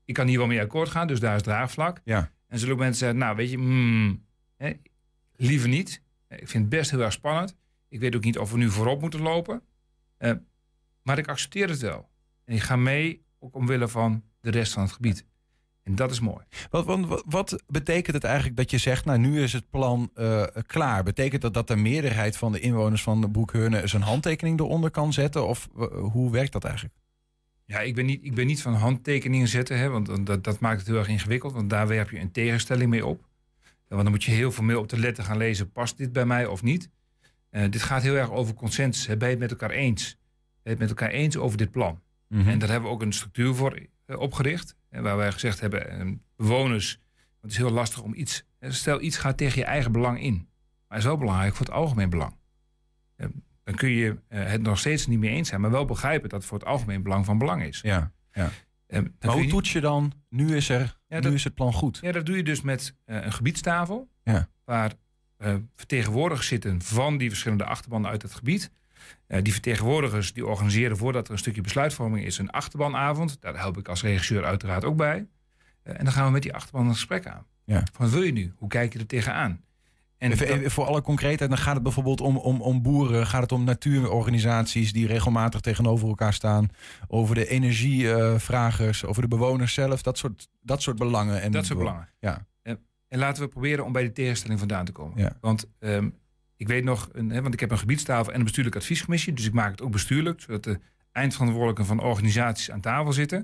ik kan hier wel mee akkoord gaan, dus daar is draagvlak. Ja. En zullen ook mensen zeggen, nou weet je, mm, hè, liever niet. Ik vind het best heel erg spannend. Ik weet ook niet of we nu voorop moeten lopen. Uh, maar ik accepteer het wel. En ik ga mee, ook omwille van de rest van het gebied. En dat is mooi. Wat, wat, wat betekent het eigenlijk dat je zegt, nou nu is het plan uh, klaar? Betekent dat dat de meerderheid van de inwoners van Broekheurne zijn handtekening eronder kan zetten? Of uh, hoe werkt dat eigenlijk? Ja, ik ben niet, ik ben niet van handtekeningen zetten, hè, want dat, dat maakt het heel erg ingewikkeld. Want daar werp je een tegenstelling mee op. Want dan moet je heel formeel op de letter gaan lezen, past dit bij mij of niet? Uh, dit gaat heel erg over consensus. Hè. Ben je het met elkaar eens? Ben je het met elkaar eens over dit plan? Mm-hmm. En daar hebben we ook een structuur voor uh, opgericht. Uh, waar wij gezegd hebben, uh, bewoners, het is heel lastig om iets... Uh, stel, iets gaat tegen je eigen belang in. Maar het is wel belangrijk voor het algemeen belang. Uh, dan kun je uh, het nog steeds niet mee eens zijn, maar wel begrijpen dat het voor het algemeen belang van belang is. Ja, ja. Uh, maar hoe je toets je dan, nu is, er, ja, nu dat, is het plan goed? Ja, dat doe je dus met uh, een gebiedstafel. Ja. Waar uh, vertegenwoordigers zitten van die verschillende achterbannen uit het gebied. Uh, die vertegenwoordigers die organiseren voordat er een stukje besluitvorming is een achterbanavond. Daar help ik als regisseur uiteraard ook bij. Uh, en dan gaan we met die achterban een gesprek aan. Ja. Wat wil je nu? Hoe kijk je er tegenaan? En even, even voor alle concreetheid, dan gaat het bijvoorbeeld om, om, om boeren, gaat het om natuurorganisaties die regelmatig tegenover elkaar staan, over de energievragers, uh, over de bewoners zelf, dat soort, dat soort belangen. En dat soort belangen. Ja. En, en laten we proberen om bij de tegenstelling vandaan te komen. Ja. Want um, ik weet nog, een, hè, want ik heb een gebiedstafel en een bestuurlijke adviescommissie, dus ik maak het ook bestuurlijk, zodat de eindverantwoordelijken van organisaties aan tafel zitten.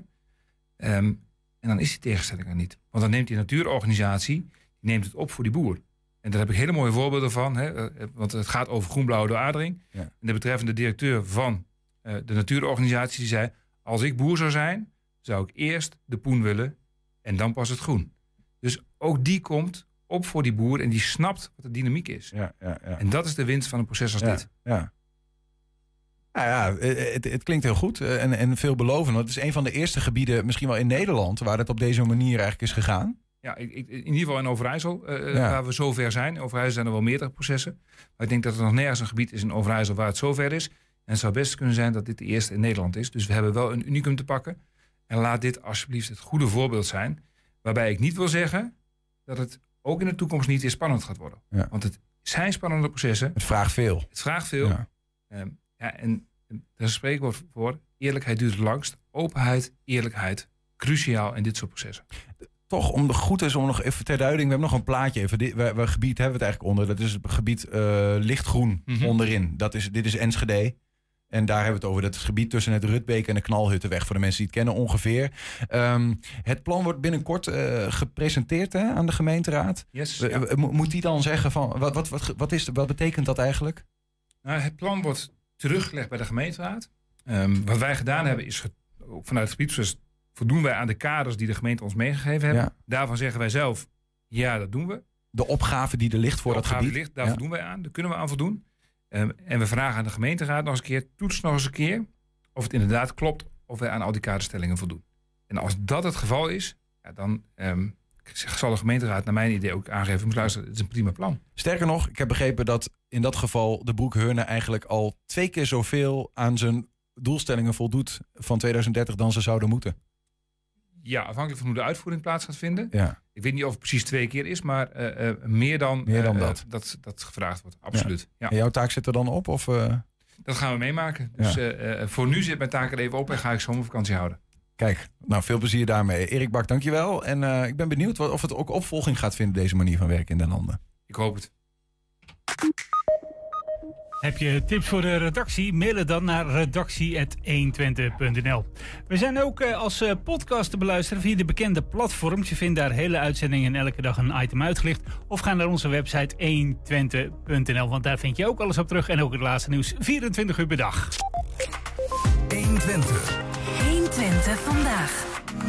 Um, en dan is die tegenstelling er niet. Want dan neemt die natuurorganisatie, die neemt het op voor die boer. En daar heb ik hele mooie voorbeelden van. Hè, want het gaat over groen-blauwe dooradering. Ja. En de betreffende directeur van uh, de natuurorganisatie die zei, als ik boer zou zijn, zou ik eerst de poen willen en dan pas het groen. Dus ook die komt op voor die boer en die snapt wat de dynamiek is. Ja, ja, ja. En dat is de winst van een proces als ja, dit. Ja. Nou ja, het, het klinkt heel goed en, en veelbelovend. Want het is een van de eerste gebieden, misschien wel in Nederland, waar het op deze manier eigenlijk is gegaan. Ja, ik, ik, in ieder geval in Overijssel, uh, ja. waar we zover zijn. In Overijssel zijn er wel meerdere processen. Maar ik denk dat er nog nergens een gebied is in Overijssel waar het zover is. En het zou best kunnen zijn dat dit de eerste in Nederland is. Dus we hebben wel een unicum te pakken. En laat dit alsjeblieft het goede voorbeeld zijn. Waarbij ik niet wil zeggen dat het ook in de toekomst niet weer spannend gaat worden. Ja. Want het zijn spannende processen. Het vraagt veel. Het vraagt veel. Ja. Um, ja, en er is een spreekwoord voor. Eerlijkheid duurt het langst. Openheid, eerlijkheid, cruciaal in dit soort processen. Toch, om de goed is om nog even ter duiding, we hebben nog een plaatje even. Dit, waar, waar gebied hebben we het eigenlijk onder? Dat is het gebied uh, lichtgroen mm-hmm. onderin. Dat is, dit is Enschede. En daar hebben we het over. Dat is het gebied tussen het Rutbeek en de Knalhuttenweg. Voor de mensen die het kennen ongeveer. Um, het plan wordt binnenkort uh, gepresenteerd hè, aan de gemeenteraad. Yes, uh, ja. Moet die dan zeggen van, wat, wat, wat, wat, is, wat betekent dat eigenlijk? Nou, het plan wordt teruggelegd bij de gemeenteraad. Um, wat wij gedaan hebben is, ook vanuit het gebied, voldoen wij aan de kaders die de gemeente ons meegegeven hebben. Ja. Daarvan zeggen wij zelf, ja, dat doen we. De opgave die er ligt voor de dat gebied. Ligt, daar ja. voldoen wij aan, daar kunnen we aan voldoen. Um, en we vragen aan de gemeenteraad nog eens een keer, toets nog eens een keer of het inderdaad klopt of wij aan al die kaderstellingen voldoen. En als dat het geval is, ja, dan um, zal de gemeenteraad naar mijn idee ook aangeven, moet luisteren, het is een prima plan. Sterker nog, ik heb begrepen dat in dat geval de Broekheurne eigenlijk al twee keer zoveel aan zijn doelstellingen voldoet van tweeduizend dertig dan ze zouden moeten. Ja, afhankelijk van hoe de uitvoering plaats gaat vinden. Ja. Ik weet niet of het precies twee keer is, maar uh, uh, meer dan, meer dan uh, dat. dat. Dat gevraagd wordt. Absoluut. Ja. Ja. En jouw taak zit er dan op? Of, uh... Dat gaan we meemaken. Dus ja. uh, uh, voor nu zit mijn taak er even op en ga ik zomervakantie houden. Kijk, nou veel plezier daarmee. Erik Bak, dankjewel. En uh, ik ben benieuwd of het ook opvolging gaat vinden, deze manier van werken in Den Landen. Ik hoop het. Heb je tips voor de redactie? Mail het dan naar redactie punt honderdtwintig punt n l. We zijn ook uh, als uh, podcast te beluisteren via de bekende platforms. Je vindt daar hele uitzendingen en elke dag een item uitgelicht. Of ga naar onze website honderdtwintig punt n l, want daar vind je ook alles op terug. En ook het laatste nieuws vierentwintig uur per dag. honderdtwintig. honderdtwintig vandaag.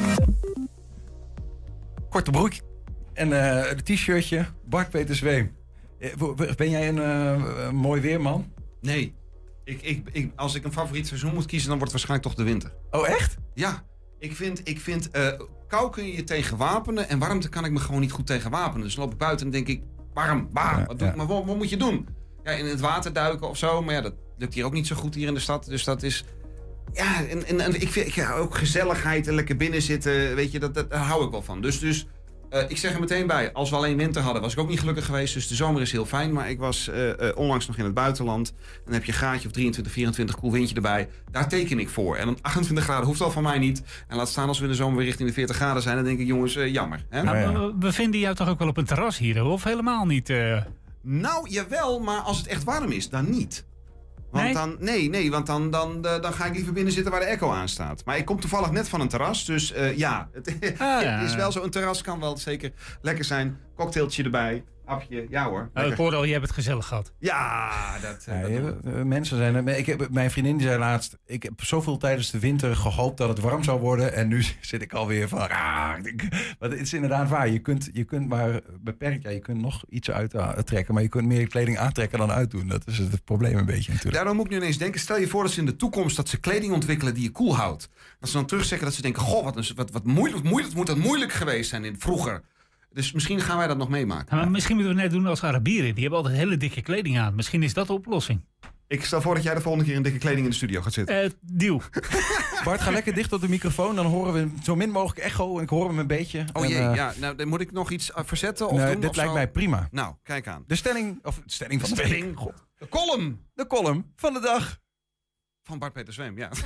Korte broek en uh, een t-shirtje. Bart Peter Zweem. Ben jij een uh, mooi weerman? Nee. Ik, ik, ik, als ik een favoriet seizoen moet kiezen, dan wordt het waarschijnlijk toch de winter. Oh, echt? Ja. Ik vind, ik vind uh, kou kun je je tegen wapenen en warmte kan ik me gewoon niet goed tegen wapenen. Dus dan loop ik buiten en denk ik, warm, bah, ja, wat, doe, ja. maar wat, wat moet je doen? Ja, in het water duiken of zo, maar ja, dat lukt hier ook niet zo goed hier in de stad. Dus dat is... Ja, en, en, en ik vind ik, ja, ook gezelligheid en lekker binnen zitten, weet je, dat, dat, daar hou ik wel van. Dus, dus uh, ik zeg er meteen bij, als we alleen winter hadden, was ik ook niet gelukkig geweest. Dus de zomer is heel fijn, maar ik was uh, uh, onlangs nog in het buitenland. Dan heb je een graadje of drieëntwintig, vierentwintig, koel windje erbij. Daar teken ik voor. En dan achtentwintig graden hoeft al van mij niet. En laat staan als we in de zomer weer richting de veertig graden zijn, dan denk ik, jongens, uh, jammer. Hè? Nou, we, we vinden jou toch ook wel op een terras hier, of helemaal niet? Uh... Nou, jawel, maar als het echt warm is, dan niet. Want Nee? dan, nee, nee, want dan, dan, dan, dan ga ik liever binnen zitten waar de airco aan staat. Maar ik kom toevallig net van een terras, dus uh, ja, het, Ah, ja. het is wel zo. Een terras kan wel zeker lekker zijn. Cocktailtje erbij, hapje, ja hoor. Uh, ik hoorde al, je hebt het gezellig gehad. Ja, dat... Ja, je, uh, mensen zijn... Ik heb, mijn vriendin die zei laatst... Ik heb zoveel tijdens de winter gehoopt dat het warm zou worden. En nu zit ik alweer van... Ah, ik, maar het is inderdaad waar. Je kunt, je kunt maar beperkt... Ja, je kunt nog iets uittrekken. Maar je kunt meer kleding aantrekken dan uitdoen. Dat is het probleem een beetje natuurlijk. Daarom moet ik nu ineens denken... Stel je voor dat ze in de toekomst dat ze kleding ontwikkelen die je koel houdt. Dat ze dan terugzeggen dat ze denken... Goh, wat, wat, wat moeilijk, moeilijk, moet dat moeilijk geweest zijn in, vroeger. Dus misschien gaan wij dat nog meemaken. Ja, maar misschien moeten we net doen als Arabieren. Die hebben altijd hele dikke kleding aan. Misschien is dat de oplossing. Ik stel voor dat jij de volgende keer in dikke kleding in de studio gaat zitten. Uh, deal. Bart, ga lekker dicht op de microfoon. Dan horen we zo min mogelijk echo. En ik hoor hem een beetje. Oh en, jee, uh, ja. Nou, dan moet ik nog iets verzetten? Of nee, doen, dit of lijkt zo? mij prima. Nou, kijk aan. De stelling... Of de stelling van de, de week. stelling. God. De column. De column van de dag. Van Bart-Peter Zweem, ja.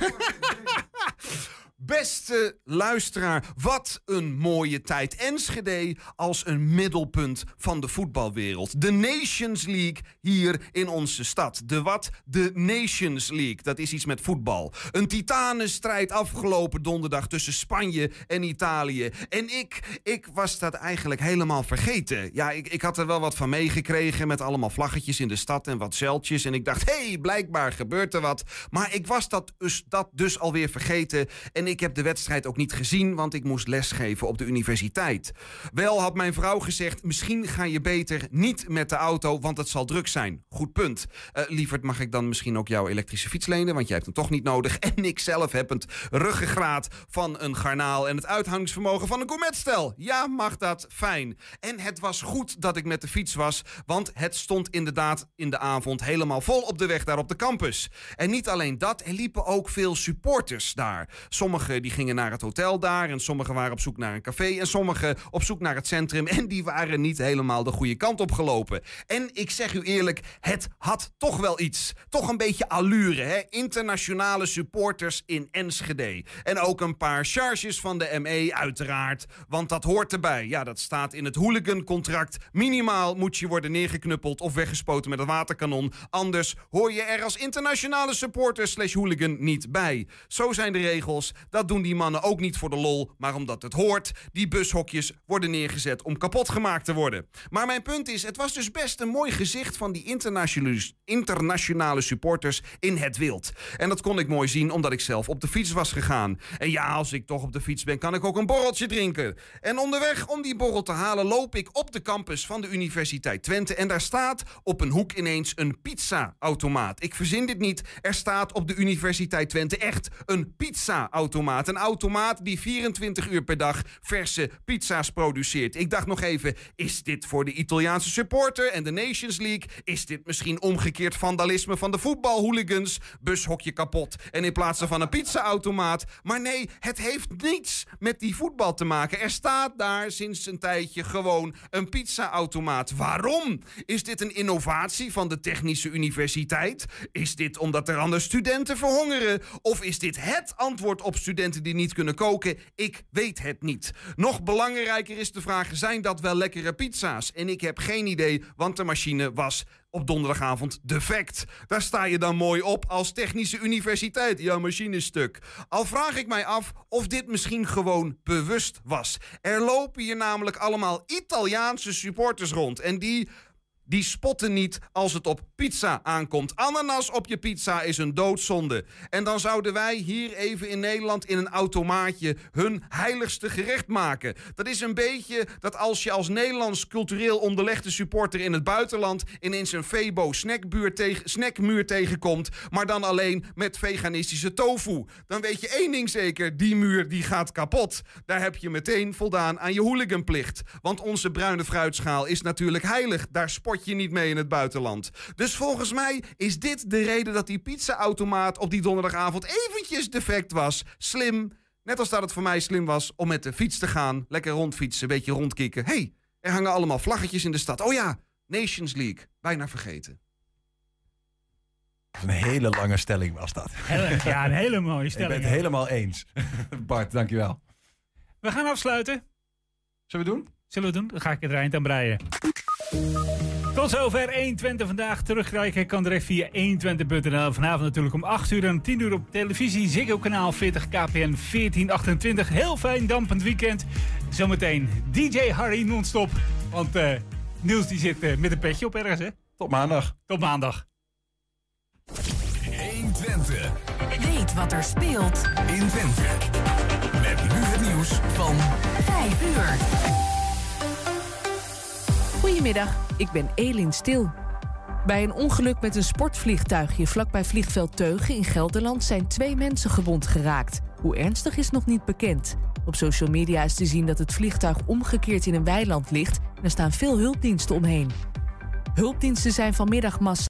Beste luisteraar, wat een mooie tijd. Enschede als een middelpunt van de voetbalwereld. De Nations League hier in onze stad. De wat? De Nations League. Dat is iets met voetbal. Een titanenstrijd afgelopen donderdag tussen Spanje en Italië. En ik, ik was dat eigenlijk helemaal vergeten. Ja, ik, ik had er wel wat van meegekregen met allemaal vlaggetjes in de stad en wat zeiltjes. En ik dacht, hé, hey, blijkbaar gebeurt er wat. Maar ik was dat dus, dat dus alweer vergeten. En ik heb de wedstrijd ook niet gezien, want ik moest lesgeven op de universiteit. Wel had mijn vrouw gezegd, misschien ga je beter niet met de auto, want het zal druk zijn. Goed punt. Uh, lieverd, mag ik dan misschien ook jouw elektrische fiets lenen, want jij hebt hem toch niet nodig. En ik zelf heb het ruggengraat van een garnaal en het uithoudingsvermogen van een gourmetstel. Ja, mag dat? Fijn. En het was goed dat ik met de fiets was, want het stond inderdaad in de avond helemaal vol op de weg daar op de campus. En niet alleen dat, er liepen ook veel supporters daar. Sommigen die gingen naar het hotel daar en sommigen waren op zoek naar een café en sommigen op zoek naar het centrum en die waren niet helemaal de goede kant op gelopen. En ik zeg u eerlijk, het had toch wel iets. Toch een beetje allure, hè? Internationale supporters in Enschede. En ook een paar charges van de M E uiteraard, want dat hoort erbij. Ja, dat staat in het hooligancontract. Minimaal moet je worden neergeknuppeld of weggespoten met een waterkanon. Anders hoor je er als internationale supporter slash hooligan niet bij. Zo zijn de regels. Dat doen die mannen ook niet voor de lol, maar omdat het hoort. Die bushokjes worden neergezet om kapot gemaakt te worden. Maar mijn punt is, het was dus best een mooi gezicht van die internationale, internationale supporters in het wild. En dat kon ik mooi zien, omdat ik zelf op de fiets was gegaan. En ja, als ik toch op de fiets ben, kan ik ook een borreltje drinken. En onderweg om die borrel te halen, loop ik op de campus van de Universiteit Twente. En daar staat op een hoek ineens een pizza-automaat. Ik verzin dit niet. Er staat op de Universiteit Twente echt een pizza-automaat. Een automaat die vierentwintig uur per dag verse pizza's produceert. Ik dacht nog even, is dit voor de Italiaanse supporter en de Nations League? Is dit misschien omgekeerd vandalisme van de voetbalhooligans? Bushokje kapot. En in plaats van een pizza-automaat. Maar nee, het heeft niets met die voetbal te maken. Er staat daar sinds een tijdje gewoon een pizza-automaat. Waarom? Is dit een innovatie van de Technische Universiteit? Is dit omdat er anders studenten verhongeren? Of is dit het antwoord op studenten die niet kunnen koken? Ik weet het niet. Nog belangrijker is de vraag, zijn dat wel lekkere pizza's? En ik heb geen idee, want de machine was op donderdagavond defect. Daar sta je dan mooi op als Technische Universiteit. Ja, machine is stuk. Al vraag ik mij af of dit misschien gewoon bewust was. Er lopen hier namelijk allemaal Italiaanse supporters rond. En die... Die spotten niet als het op pizza aankomt. Ananas op je pizza is een doodzonde. En dan zouden wij hier even in Nederland in een automaatje hun heiligste gerecht maken. Dat is een beetje dat als je als Nederlands cultureel onderlegde supporter in het buitenland ineens een Febo snackmuur, tegen, snackmuur tegenkomt, maar dan alleen met veganistische tofu. Dan weet je één ding zeker, die muur die gaat kapot. Daar heb je meteen voldaan aan je hooliganplicht. Want onze bruine fruitschaal is natuurlijk heilig. Daar sport transport je niet mee in het buitenland. Dus volgens mij is dit de reden dat die pizza-automaat op die donderdagavond eventjes defect was. Slim. Net als dat het voor mij slim was om met de fiets te gaan. Lekker rondfietsen, een beetje rondkikken. Hé, hey, er hangen allemaal vlaggetjes in de stad. Oh ja, Nations League. Bijna vergeten. Een hele lange stelling was dat. Ja, een hele mooie stelling. Ik ben het helemaal eens. Bart, dankjewel. We gaan afsluiten. Zullen we doen? Zullen we doen? Dan ga ik het er eind aan breien. Tot zover honderdtwintig vandaag. Terugkijken kan direct via honderdtwintig punt n l. Vanavond natuurlijk om acht uur en tien uur op televisie. Ziggo kanaal veertig, K P N veertien achtentwintig. Heel fijn dampend weekend. Zometeen D J Harry non-stop. Want uh, Niels die zit uh, met een petje op ergens, hè? Tot maandag. Tot maandag. honderdtwintig. Weet wat er speelt in Twente. Met nu het nieuws van vijf uur. Goedemiddag, ik ben Elin Stil. Bij een ongeluk met een sportvliegtuigje vlakbij vliegveld Teugen in Gelderland zijn twee mensen gewond geraakt. Hoe ernstig is nog niet bekend. Op social media is te zien dat het vliegtuig omgekeerd in een weiland ligt en er staan veel hulpdiensten omheen. Hulpdiensten zijn vanmiddag massaal